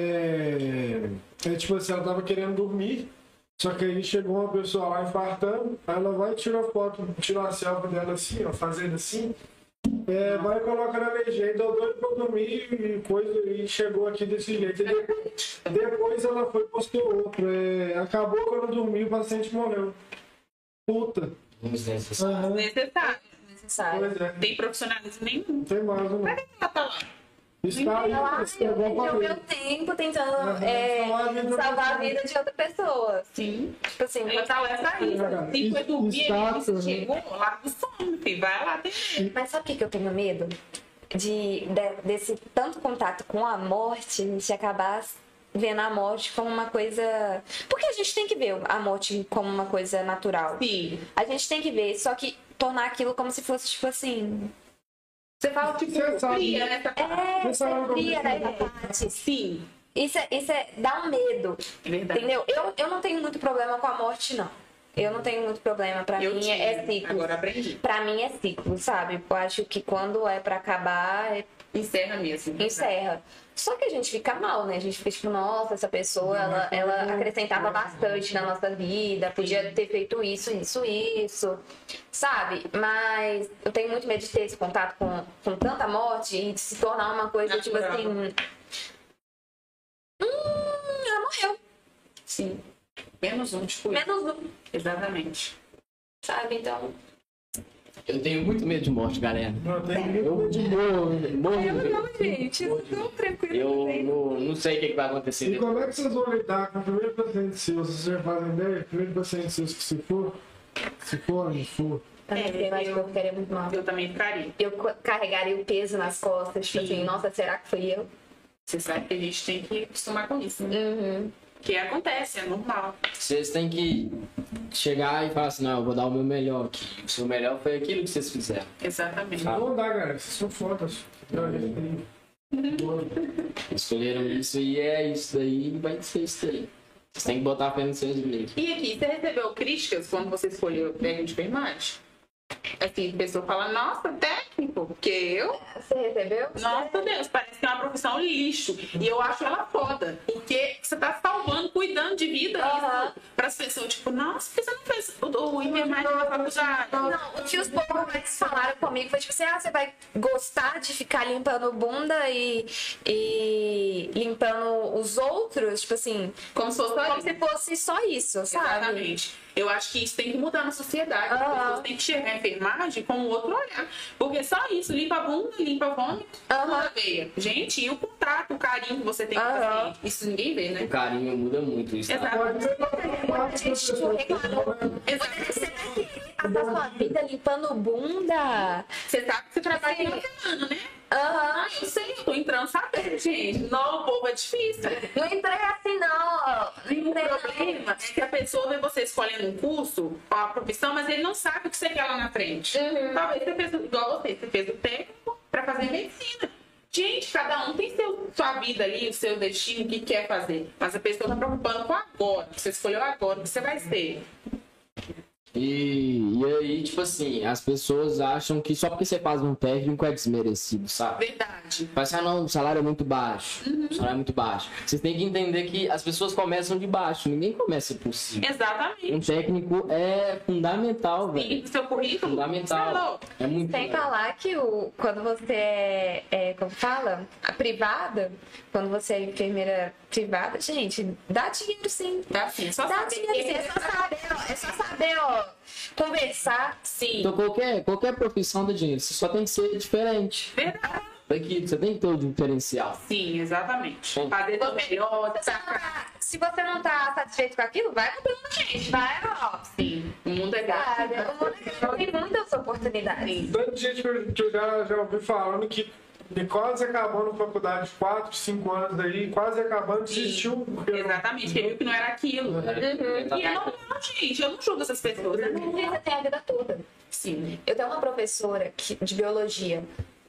é, é tipo assim, ela tava querendo dormir, só que aí chegou uma pessoa lá infartando, aí ela vai e tira a foto, tira a selfie dela assim, ó, fazendo assim, é, vai e coloca na legenda, eu doido pra eu dormir e coisa, e chegou aqui desse jeito. E depois, depois ela foi e postou outro, é, acabou quando eu dormi, o paciente morreu. Puta. Desnecessário. Aham. Necessário. Necessário. Pois é. Tem profissionalismo nenhum. Não tem mais, não. Ela tá lá. Está aí, Ai, isso é eu bom perdi pra o ver. meu tempo tentando Aham, é, salvar a vida de outra salvar a pessoa. vida de outra pessoa. Sim. Tipo assim, Ela tá lá, essa aí. Cara, Se foi dormir, status, ele né? chegou, larga o sono, filho. Vai lá, tem. mas sabe o que que eu tenho medo? De, de- desse tanto contato com a morte, a gente acabar vendo a morte como uma coisa... Porque a gente tem que ver a morte como uma coisa natural. Sim. A gente tem que ver, só que tornar aquilo como se fosse, tipo assim... Você fala, tipo, Você sabe. fria, né? Essa É, Você sabe você como cria, que né? é? Sim. Isso é, isso é... dá um medo, É verdade. entendeu? Eu, eu não tenho muito problema com a morte, não. Eu não tenho muito problema. Pra Eu mim tinha, é ciclo. agora aprendi. Pra mim é ciclo, sabe? Eu acho que quando é pra acabar, é Encerra mesmo. encerra. Só que a gente fica mal, né? A gente fica tipo, nossa, essa pessoa, ela, ela acrescentava bastante na nossa vida, podia ter feito isso, isso, isso, sabe? Mas eu tenho muito medo de ter esse contato com, com tanta morte e de se tornar uma coisa, tipo Natural. assim... Hum, Sim. Menos um, tipo isso. Menos um, Exatamente. sabe? Então. Eu tenho muito medo de morte, galera. Não tem Eu morro, morro de Eu medo. não, gente, eu tô tranquilo. Eu não, não sei o que, que vai acontecer. E como é que vocês vão lidar com o primeiro paciente seu? Vocês já fazem ideia? O primeiro paciente seu que se for, se for, não for. Eu não sei, mas eu ficaria muito mal. Eu também ficaria. Eu co- carregaria o peso nas costas, tipo Sim. assim, nossa, será que fui eu? Você sabe que a gente tem que acostumar com isso, né? Uhum. Que acontece, é normal. Vocês têm que chegar e falar assim, não, eu vou dar o meu melhor aqui. O seu melhor foi aquilo que vocês fizeram. Exatamente. Ah. Não dá, galera. Vocês são fodas. Escolheram isso e é isso daí, vai ser isso daí. Vocês têm que botar a fé nos seus mesmos. E aqui, você recebeu críticas quando você escolheu o técnico de enfermagem? Assim, a pessoa fala, nossa, técnico, porque eu, Você recebeu? nossa Deus, parece que é uma profissão lixo. E eu acho ela foda, porque você tá salvando, cuidando de vida Aham. para as pessoas, tipo, nossa, por que você não fez o, o enfermagem na faculdade? Não, o que os poucos mais falaram comigo foi tipo assim, ah, você vai gostar de ficar limpando bunda e, e limpando os outros, tipo assim, Como se fosse só como isso. se fosse só isso, sabe? Exatamente. Eu acho que isso tem que mudar na sociedade. As Aham. pessoas têm que enxergar a enfermagem com outro olhar. Porque só isso, limpa a bunda, limpa a vômito, Aham. limpa a veia. Gente, e o contato, o carinho que você tem com o Aham. paciente? Isso ninguém vê, né? O carinho muda muito isso. Tá? Exato. Pode ser A gente tipo, reclamou. Exato. Você vai querer passar sua vida limpando bunda? Você sabe que você trabalha em ano, né? Aham. Ah, eu sei, eu tô entrando sabendo, gente. Não, o povo é difícil. Não entrega assim, não. ó. Não O entrega problema é que a pessoa vê você escolhendo um curso, a profissão, mas ele não sabe o que você quer lá na frente. Uhum. Talvez você fez, igual você, você fez o técnico para fazer medicina. Gente, cada um tem seu, sua vida ali, o seu destino, o que quer fazer. Mas a pessoa tá preocupando com agora. Você escolheu agora, o que você vai ser. E, e aí, tipo assim, as pessoas acham que só porque você faz um técnico é desmerecido, sabe? Verdade. Fala assim, ah não, o salário é muito baixo. O salário é muito baixo. Vocês têm que entender que as pessoas começam de baixo, ninguém começa por cima. Exatamente. Um técnico é fundamental, E velho. no seu currículo, Fundamental. você falou. É muito Sem legal. falar que o, quando você é, é, como fala, a privada, quando você é enfermeira privada, gente, dá dinheiro sim. Dá sim, só Dá saber dinheiro sim, que- é só saber, ó, é só saber, ó, conversar. Sim. Então qualquer, qualquer profissão dá dinheiro, você só tem que ser diferente. Verdade. Daqui, você tem que ter o diferencial. Sim, exatamente. Sim. Fazer do melhor, Se você não tá- Se você não tá satisfeito com aquilo, vai mudando, gente. Vai, ó. Sim, o mundo é Sabe? gato. O mundo é- tem muitas oportunidades. Tanta gente que eu- que eu já, já ouvi falando que de quase acabando a faculdade, quatro, cinco anos daí, quase acabando, desistiu. porque não- Exatamente, ele viu que não era aquilo. Uhum. E é normal, gente. Eu não julgo essas pessoas. É normal. Você tem a vida toda. Sim. Eu tenho uma professora que, de biologia.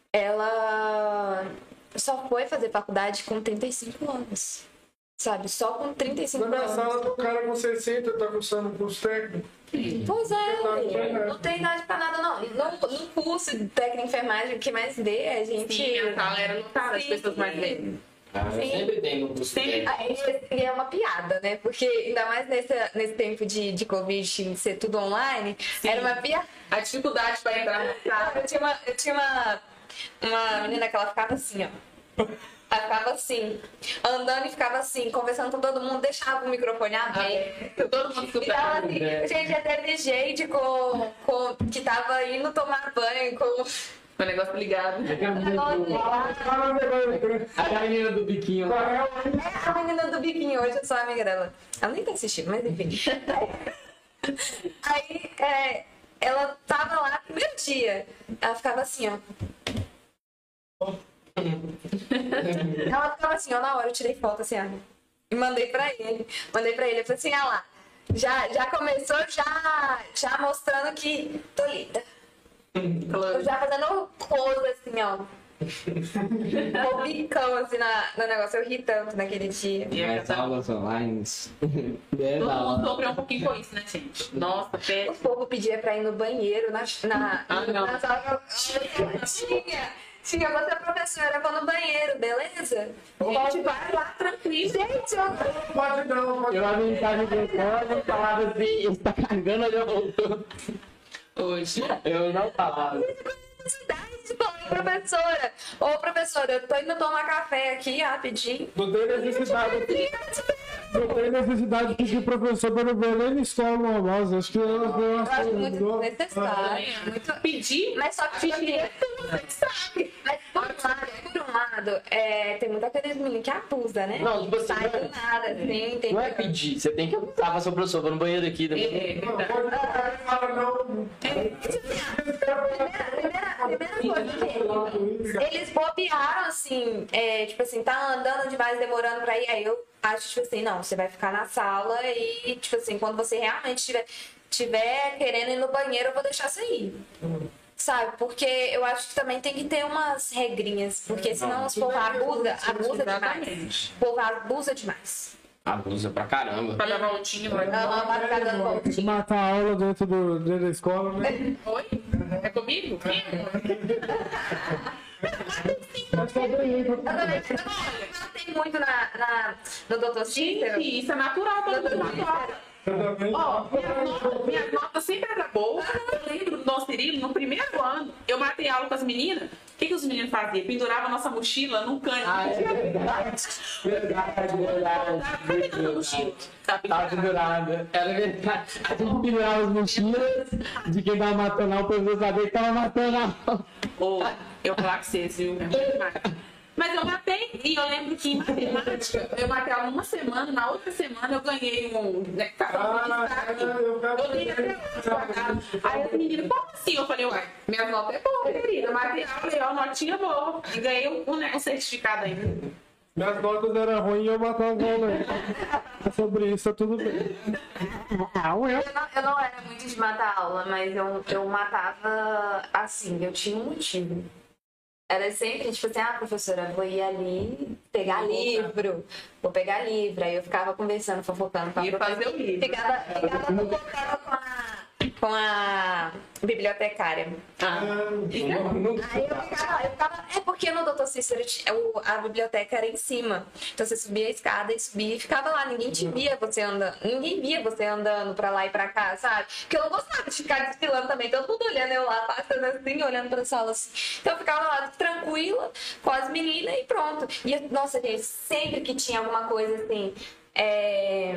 Ela só foi fazer faculdade com trinta e cinco anos. Sabe? Só com trinta e cinco Na minha anos. sala tem um cara com sessenta, tá cursando um curso técnico. Pois é, Não tem idade. não tem idade pra nada, não. No, no curso de técnica em enfermagem, o que mais vê é a gente. Sim, a sala era lotada, as Sim. pessoas mais velhas. Ah, Sim. sempre tem no curso Sempre. técnico. Ah, E é uma piada, né? Porque ainda mais nesse, nesse tempo de, de Covid, de ser tudo online, Sim. era uma piada. A dificuldade para entrar na sala. Eu tinha uma, eu tinha uma, uma menina que ela ficava assim, ó. Ela ficava assim, andando e ficava assim, conversando com todo mundo, deixava o microfone aberto. Todo mundo E tava escutando. assim, gente, já teve gente com, com, que tava indo tomar banho com Com o negócio ligado. o negócio ligado. Fala um negócio. A menina do biquinho lá. É a menina do biquinho, hoje eu sou amiga dela. Ela nem tá assistindo, mas enfim. Aí, é, ela tava lá no primeiro dia. Ela ficava assim, ó. Ela ficava assim, ó, na hora eu tirei foto assim, ó. E mandei pra ele. Mandei pra ele. Eu falei assim, ah lá. Já, já começou já, já mostrando que tô linda. Eu já fazendo close assim, ó. O bicão assim na, no negócio. Eu ri tanto naquele dia. E é As cada um. aulas online. É Todo da mundo hora. sofreu um pouquinho com isso, né, gente? Nossa, O péssimo. povo pedia pra ir no banheiro, na, na, Ah, não. na sala. Tinha. Tinha, você é professora, eu vou no banheiro, beleza? Gente, vai lá tranquilo. Gente, eu... Pode não, pode Eu abri mensagem de escola e falava assim, ele tá cagando, ele voltou. Hoje. Eu não falava. Tipo, oi, professora. Ô, professora, eu tô indo tomar café aqui rapidinho. não tem necessidade. Não tem necessidade de pedir professor para não ver nem na escola normal. Acho que eu, eu, Eu acho muito necessário. Muito... Pedir, Mas só que pedir é sabe? Mas por um lado, por um lado é, tem muita aqueles meninos que abusa, né? Não, tipo assim, Sai do nada, assim, tem Não é pedir, você tem que avisar pra sua professora, vou no banheiro aqui. É, Depois... não verdade. pode falar, não. Primeira, primeira, primeira coisa que eles bobearam, assim, é, tipo assim, tá andando demais, demorando pra ir, aí eu acho, tipo assim, não, você vai ficar na sala e, tipo assim, quando você realmente tiver, tiver querendo ir no banheiro, eu vou deixar você ir. Sabe? Porque eu acho que também tem que ter umas regrinhas, porque senão os povo abusa, abusa demais. O povo abusa demais. Abusa pra caramba. Pra dar voltinha, vai. Ela vai ficar dando Se voltinha. matar a aula dentro, do, dentro da escola, né? Oi? É comigo? Mas tá bem, Eu também eu matei muito na, na, no doutor Cícero. Gente, isso é natural, todo mundo natural. eu também. Ó, minhas notas, minhas notas sempre eram boas. Eu lembro do nosso Cirilo, no primeiro ano, eu matei aula com as meninas. O que, que os meninos faziam? Pendurava a nossa mochila num canto. Ah, é verdade. Verdade, verdade. Cadê a mochila? Tá Tava pendurada. pendurada. Era verdade. A gente pendurava as mochilas de quem tava matando a aula, pra eu saber que tava matando a aula. Ô, eu falar com vocês, viu? É muito demais. Mas eu matei, e eu lembro que em matemática, eu matei ela numa semana, na outra semana eu ganhei um. Né, Ah, eu ficava- eu li até hoje guardado. Aí as meninas, como assim? Eu falei, uai, minhas notas é boa, querida. Eu matei ela, falei, ó, notinha boa. E ganhei um, um, né, um certificado ainda. Minhas notas eram ruins e eu matava a aula. Né? Sobre isso, tá tudo bem. Eu não, eu não era muito de matar aula, mas eu, eu matava assim, eu tinha um motivo. Era sempre, tipo assim, ah, professora, vou ir ali pegar livro, vou pegar livro. Aí eu ficava conversando, fofocando com a Ia professora. fazer o livro. Ficava, ficava fofocando com a, com a bibliotecária. Ah, Aí eu ficava, eu ficava. É porque no doutor Cícero tinha- o- a biblioteca era em cima. Então você subia a escada e subia e ficava lá. Ninguém te via você andando. Ninguém via você andando pra lá e pra cá, sabe? Porque eu não gostava de ficar desfilando também. Todo mundo olhando eu lá, passando assim, olhando pra sala assim. Então eu ficava lá tranquila com as meninas e pronto. E nossa, gente, sempre que tinha alguma coisa assim. É...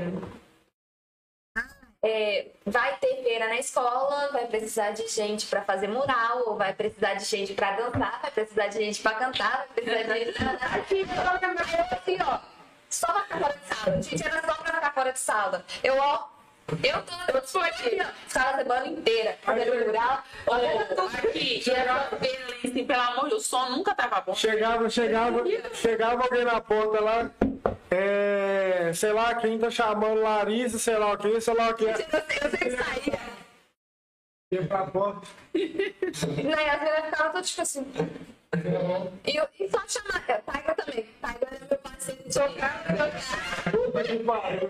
É, vai ter feira na escola, vai precisar de gente pra fazer mural, ou vai precisar de gente pra dançar, vai precisar de gente pra cantar, vai precisar de gente pra... assim, ó, só pra ficar fora de sala. Gente, era só pra ficar fora de sala. Eu, ó, eu tô, eu tô aqui, ó, ficava a semana inteira fazendo mural. aqui, e era uma feira ali, assim, pelo amor de Deus, o som nunca tava bom. Chegava, chegava, chegava alguém na porta lá, é, sei lá quem tá chamando Larissa, sei lá o que, sei lá o que. Eu sempre saía. Ia pra porta. E aí as meninas ficavam todas tipo assim. E, eu, e só chamar. É, Tiger também. Tiger era meu parceiro de jogar. Puta que pariu.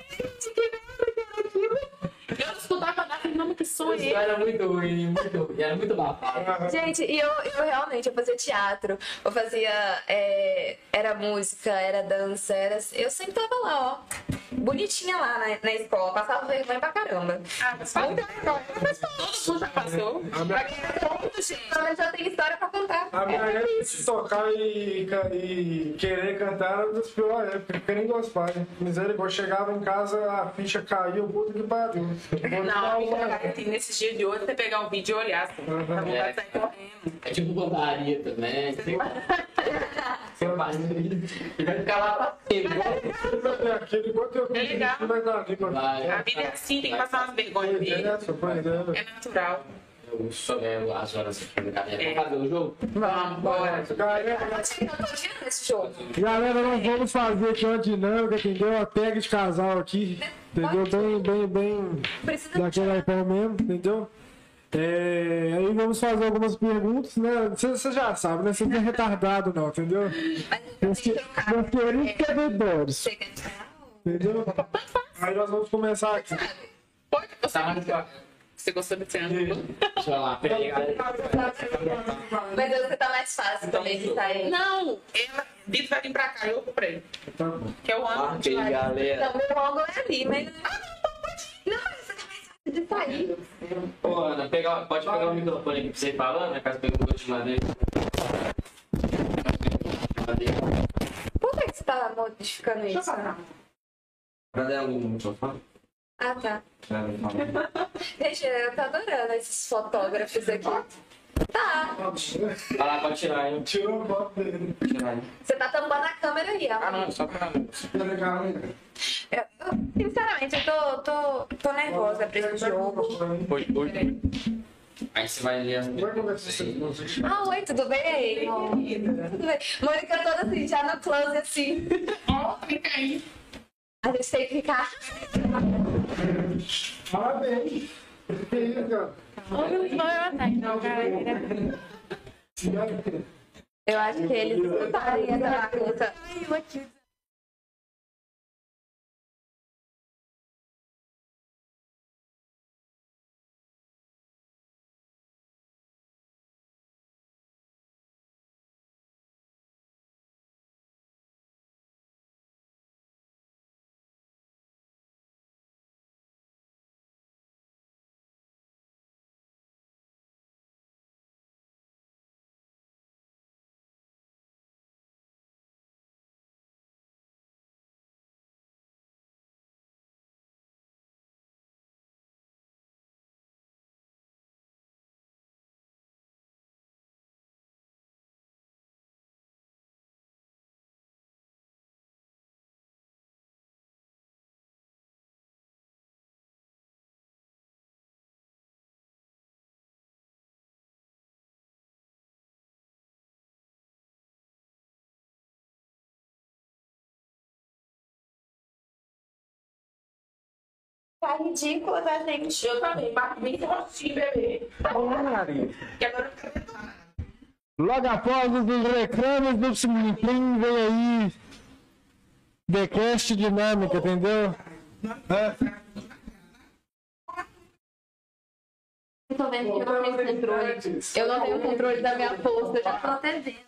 Eu não escutava nada, falei, não, mas que som é Isso esse? era muito ruim, muito ruim. Era muito abafado. Gente, e eu, eu realmente, eu fazia teatro, eu fazia, é, era música, era dança, era, eu sempre tava lá, ó, bonitinha lá na, na escola, passava vergonha pra caramba. Ah, mas fala, todo mundo já passou. A Pra quem é ponto, gente, pelo menos já tem história pra contar. A minha época de tocar e, ca- e querer cantar era das piores épocas, porque nem duas páginas. Misericórdia, chegava em casa, a ficha caiu, puta que pariu. Não, assim, nesse dia de hoje, você pegar um vídeo e olhar, assim, dá vontade de sair correndo. É tipo botaria também. Você faz e vai ficar lá pra sempre. Aquele quanto eu É legal. vai dar ali pra Vai. A vida é assim, tem que passar umas vergonhas Pois dele. é, só, pois é. É natural. Eu sou é, as horas aqui no caderno. Vamos fazer o jogo? Vamos, bora. Galera, Eu tô girando esse jogo. galera, nós vamos fazer aqui uma dinâmica, entendeu? Uma tag de casal aqui, entendeu? Bem, bem, bem Precisa daquele iPhone mesmo, entendeu? É, aí vamos fazer algumas perguntas, né? Você você já sabe, né? Você não é retardado não, entendeu? Meus que- meus queridos seguidores, Você quer tirar? entendeu? Aí nós vamos começar aqui. Pode, você, Tá mais fácil. você gostou desse ângulo? Deixa eu lá, peraí, galera. Mas você tá mais fácil também que tá aí. Não, ela, Vitor vai vir pra cá, eu comprei. Tá bom. Que é o ângulo Marca de aí, lá. galera. Não, meu ângulo é ali, mas. Não, mas você tá mais fácil de sair. Ô, Ana, pega, pode pegar o microfone aqui pra você ir falando, né? Caso perguntou de maneira. Por que que você tá modificando Deixa eu isso? falar. Cadê a Luna no sofá? Ah, tá. Ela não fala. Gente, eu tô adorando esses fotógrafos aqui. Tá. Vai lá pra tirar, hein? Tirou a foto dele. Pra tirar, hein? Você tá tampando a câmera aí, ó. Ah, não, é só pra... Tá legal, né? Eu, eu, sinceramente, eu tô, tô, tô nervosa pra esse jogo. Oi, oi. Aí você vai ler as Vai conversar com você. Ah, oi, tudo bem? Tudo bem. Mônica toda assim, já no close, assim. Ó, fica aí. A gente tem que ficar... Parabéns. Que isso, cara? Eu acho que eles escutarem essa bagunça. Tá ridícula, tá, gente? Eu também, bate bem esse rostinho, bebê. Que agora eu quero ver. Logo após os reclames do Simulplim, vem aí The Cast Dinâmica, entendeu? É. Eu tô vendo que eu não tenho controle. Eu não tenho controle da minha força, eu já tô até vendo.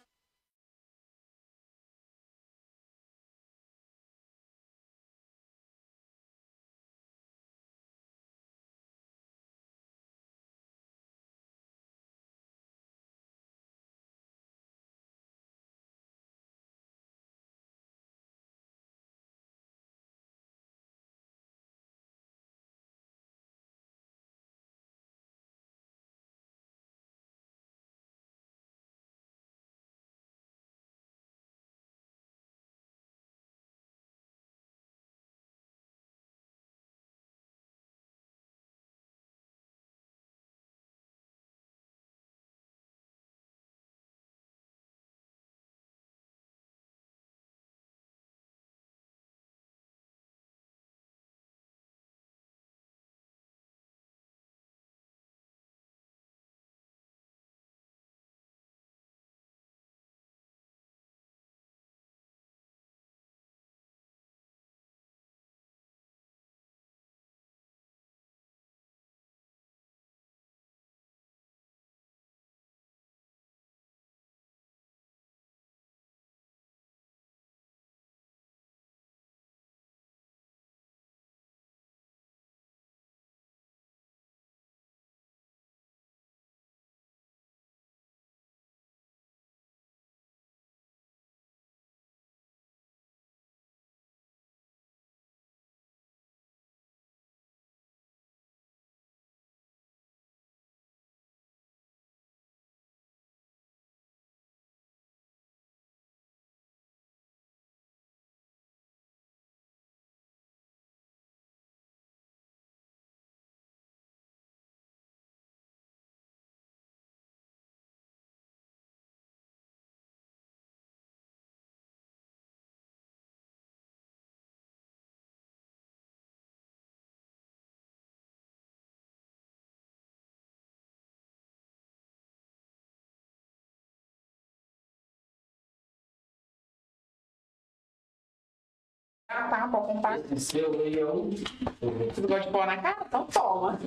Ah, tá, pode contar. Seu leão. Você gosta de pôr na cara? Então toma.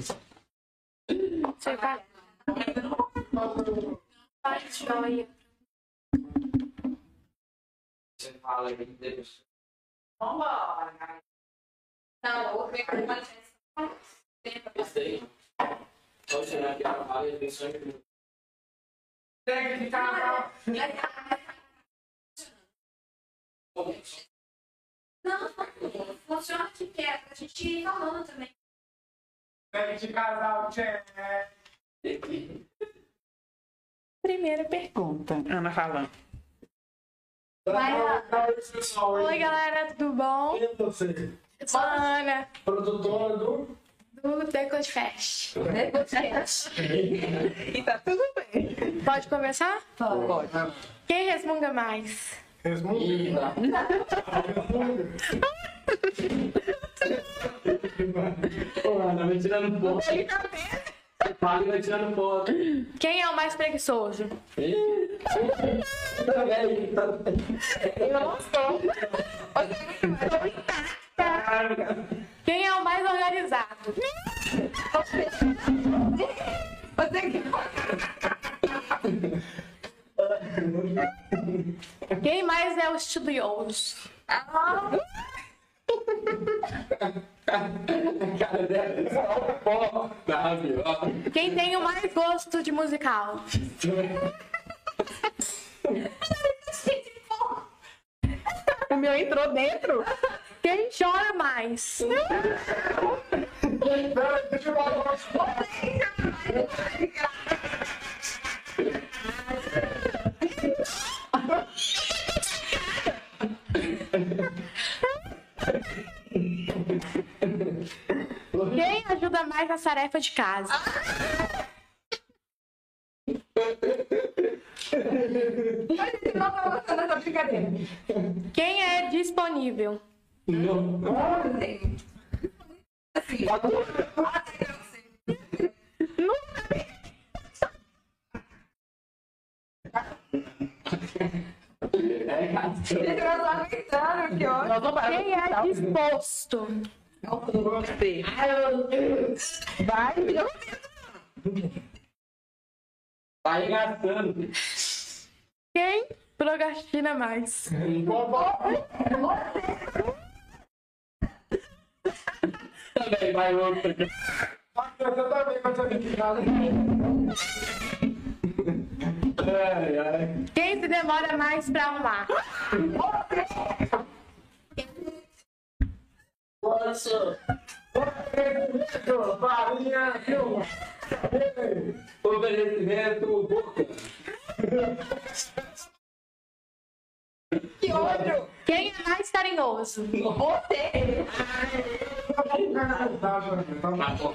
Você vai. Ai, joia. Você fala aí, Deus. Vambora. Não, o microfone. Esse daí. Pode chegar aqui na fala e tem só em Tem que ficar. Não, não. emociona aqui, que é pra gente ir falando também. Tem de casal, tchê. Primeira pergunta. Ana falando. Vai lá. Oi, galera, tudo bom? Quem é você? Eu sou a Ana, Produtora do... do Decode Fest. E tá tudo bem. Pode começar? Pode. Quem resmunga mais? Resmunga. Ih, não. Pô, Ana, vai tirando foto. Fala e vai tirando foto. Quem é o mais preguiçoso? Ih, tá velho, tá velho. Eu não sou. Quem é o mais organizado? Quem mais é o estudioso? Cara dela, só o pó. Tá, viu? Quem tem o mais gosto de musical? O meu entrou dentro. Quem chora mais? Pera, deixa eu falar. Quem ajuda mais nas tarefas de casa? Quem é disponível? Não. É, Quem é disposto? Você. Vai, vai gastando. Quem procrastina mais? Também vai outro. Você também vai saber que nada. Ai, ai. Quem se demora mais pra arrumar? Posso. Oferecimento boca. Que ódio! Quem é mais carinhoso? Você! Tá, Jana, tá bom.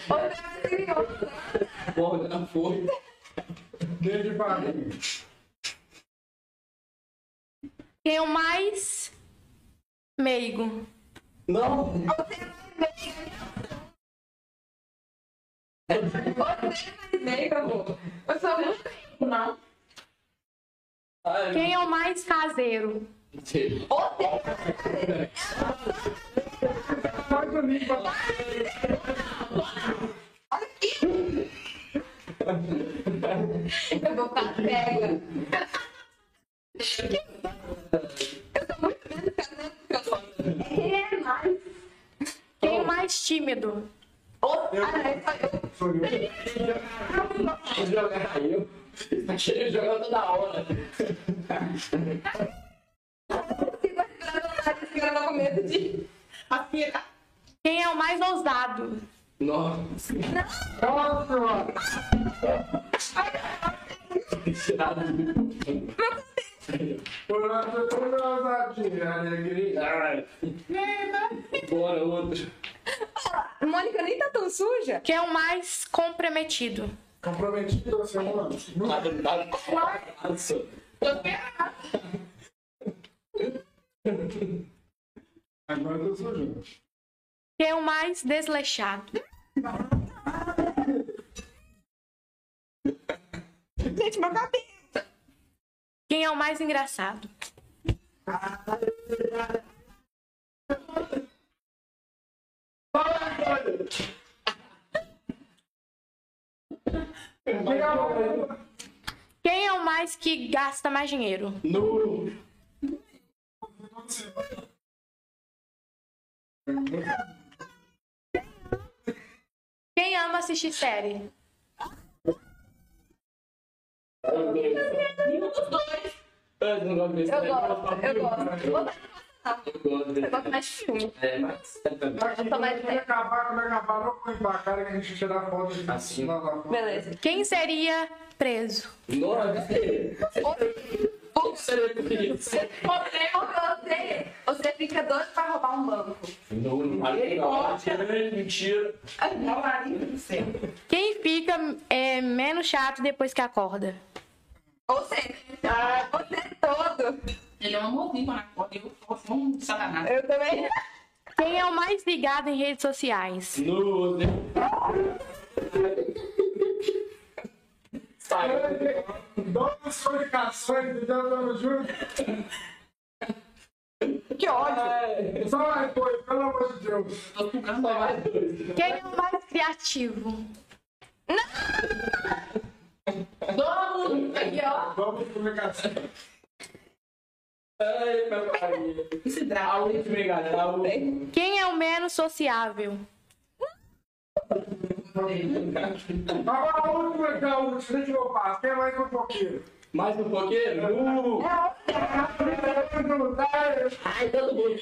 Porra, não foi. Beijo pra mim. Quem é o mais meigo? Não. Eu sou muito. Não. Ai, Quem é o mais caseiro? Pode limpa. Eu vou ficar cega. Eu sou muito menos casada do que eu sou. Quem é mais? Quem é o mais tímido? Ah, é só eu. Sou eu. vou jogar eu. Tá querendo jogar toda hora. Sigo respirando o nariz, que eu não com medo de aspirar. Quem é o mais ousado? Nossa. Nossa, mano. Por nossa curiosidade, alegria. Bora, outro. A Mônica nem tá tão suja. Quem é o mais comprometido? Comprometido a semana. Nada, nada. Nossa. Agora eu tô sujo. Quem é o mais desleixado? Gente, meu cabelo. Quem é o mais engraçado? Quem é o mais que gasta mais dinheiro? No. Quem ama assistir série? Os dois. Eu não gosto desse Eu negócio. gosto, eu gosto. Eu gosto Eu gosto mais de filme. É, mas é também. Aqui, tô mais quando acabar, quando acabar, não põe pra cara que a gente tirar foto de Assim. lá, lá. Beleza. Quem seria preso? Nossa, você seria preso. Você, você fica doido pra roubar um banco. Não, não, não, mentira. Quem fica é, menos chato depois que acorda? Você, você todo. Ele é um amorzinho quando acorda. Eu sou um satanás. Eu também. Quem é o mais ligado em redes sociais? No, Duas comunicações, então tamo junto. Que ódio. Só mais dois, pelo amor de Deus. Tô tocando só vai. Quem é o mais criativo? Todo mundo aqui, ó. Vamos comunicação. ai, meu pai. Esse A drama. última, galera, a última. Quem é o menos sociável? Agora a última, então, a última, deixa eu passar. Quem é mais um pouquinho? Mais um pouquinho? Uh! Ai, todo mundo.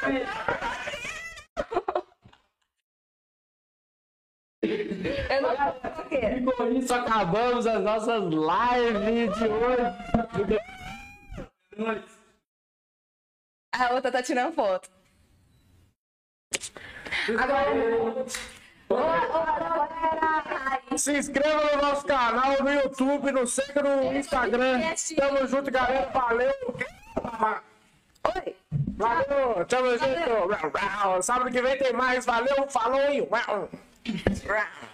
Eu não sei por quê. E com isso acabamos as nossas lives de hoje. A outra tá tirando foto. Se inscreva no nosso canal no YouTube, nos siga no Instagram. Tamo junto, galera. Valeu. Oi. Valeu. Tamo junto. Sábado que vem tem mais. Valeu. Falou.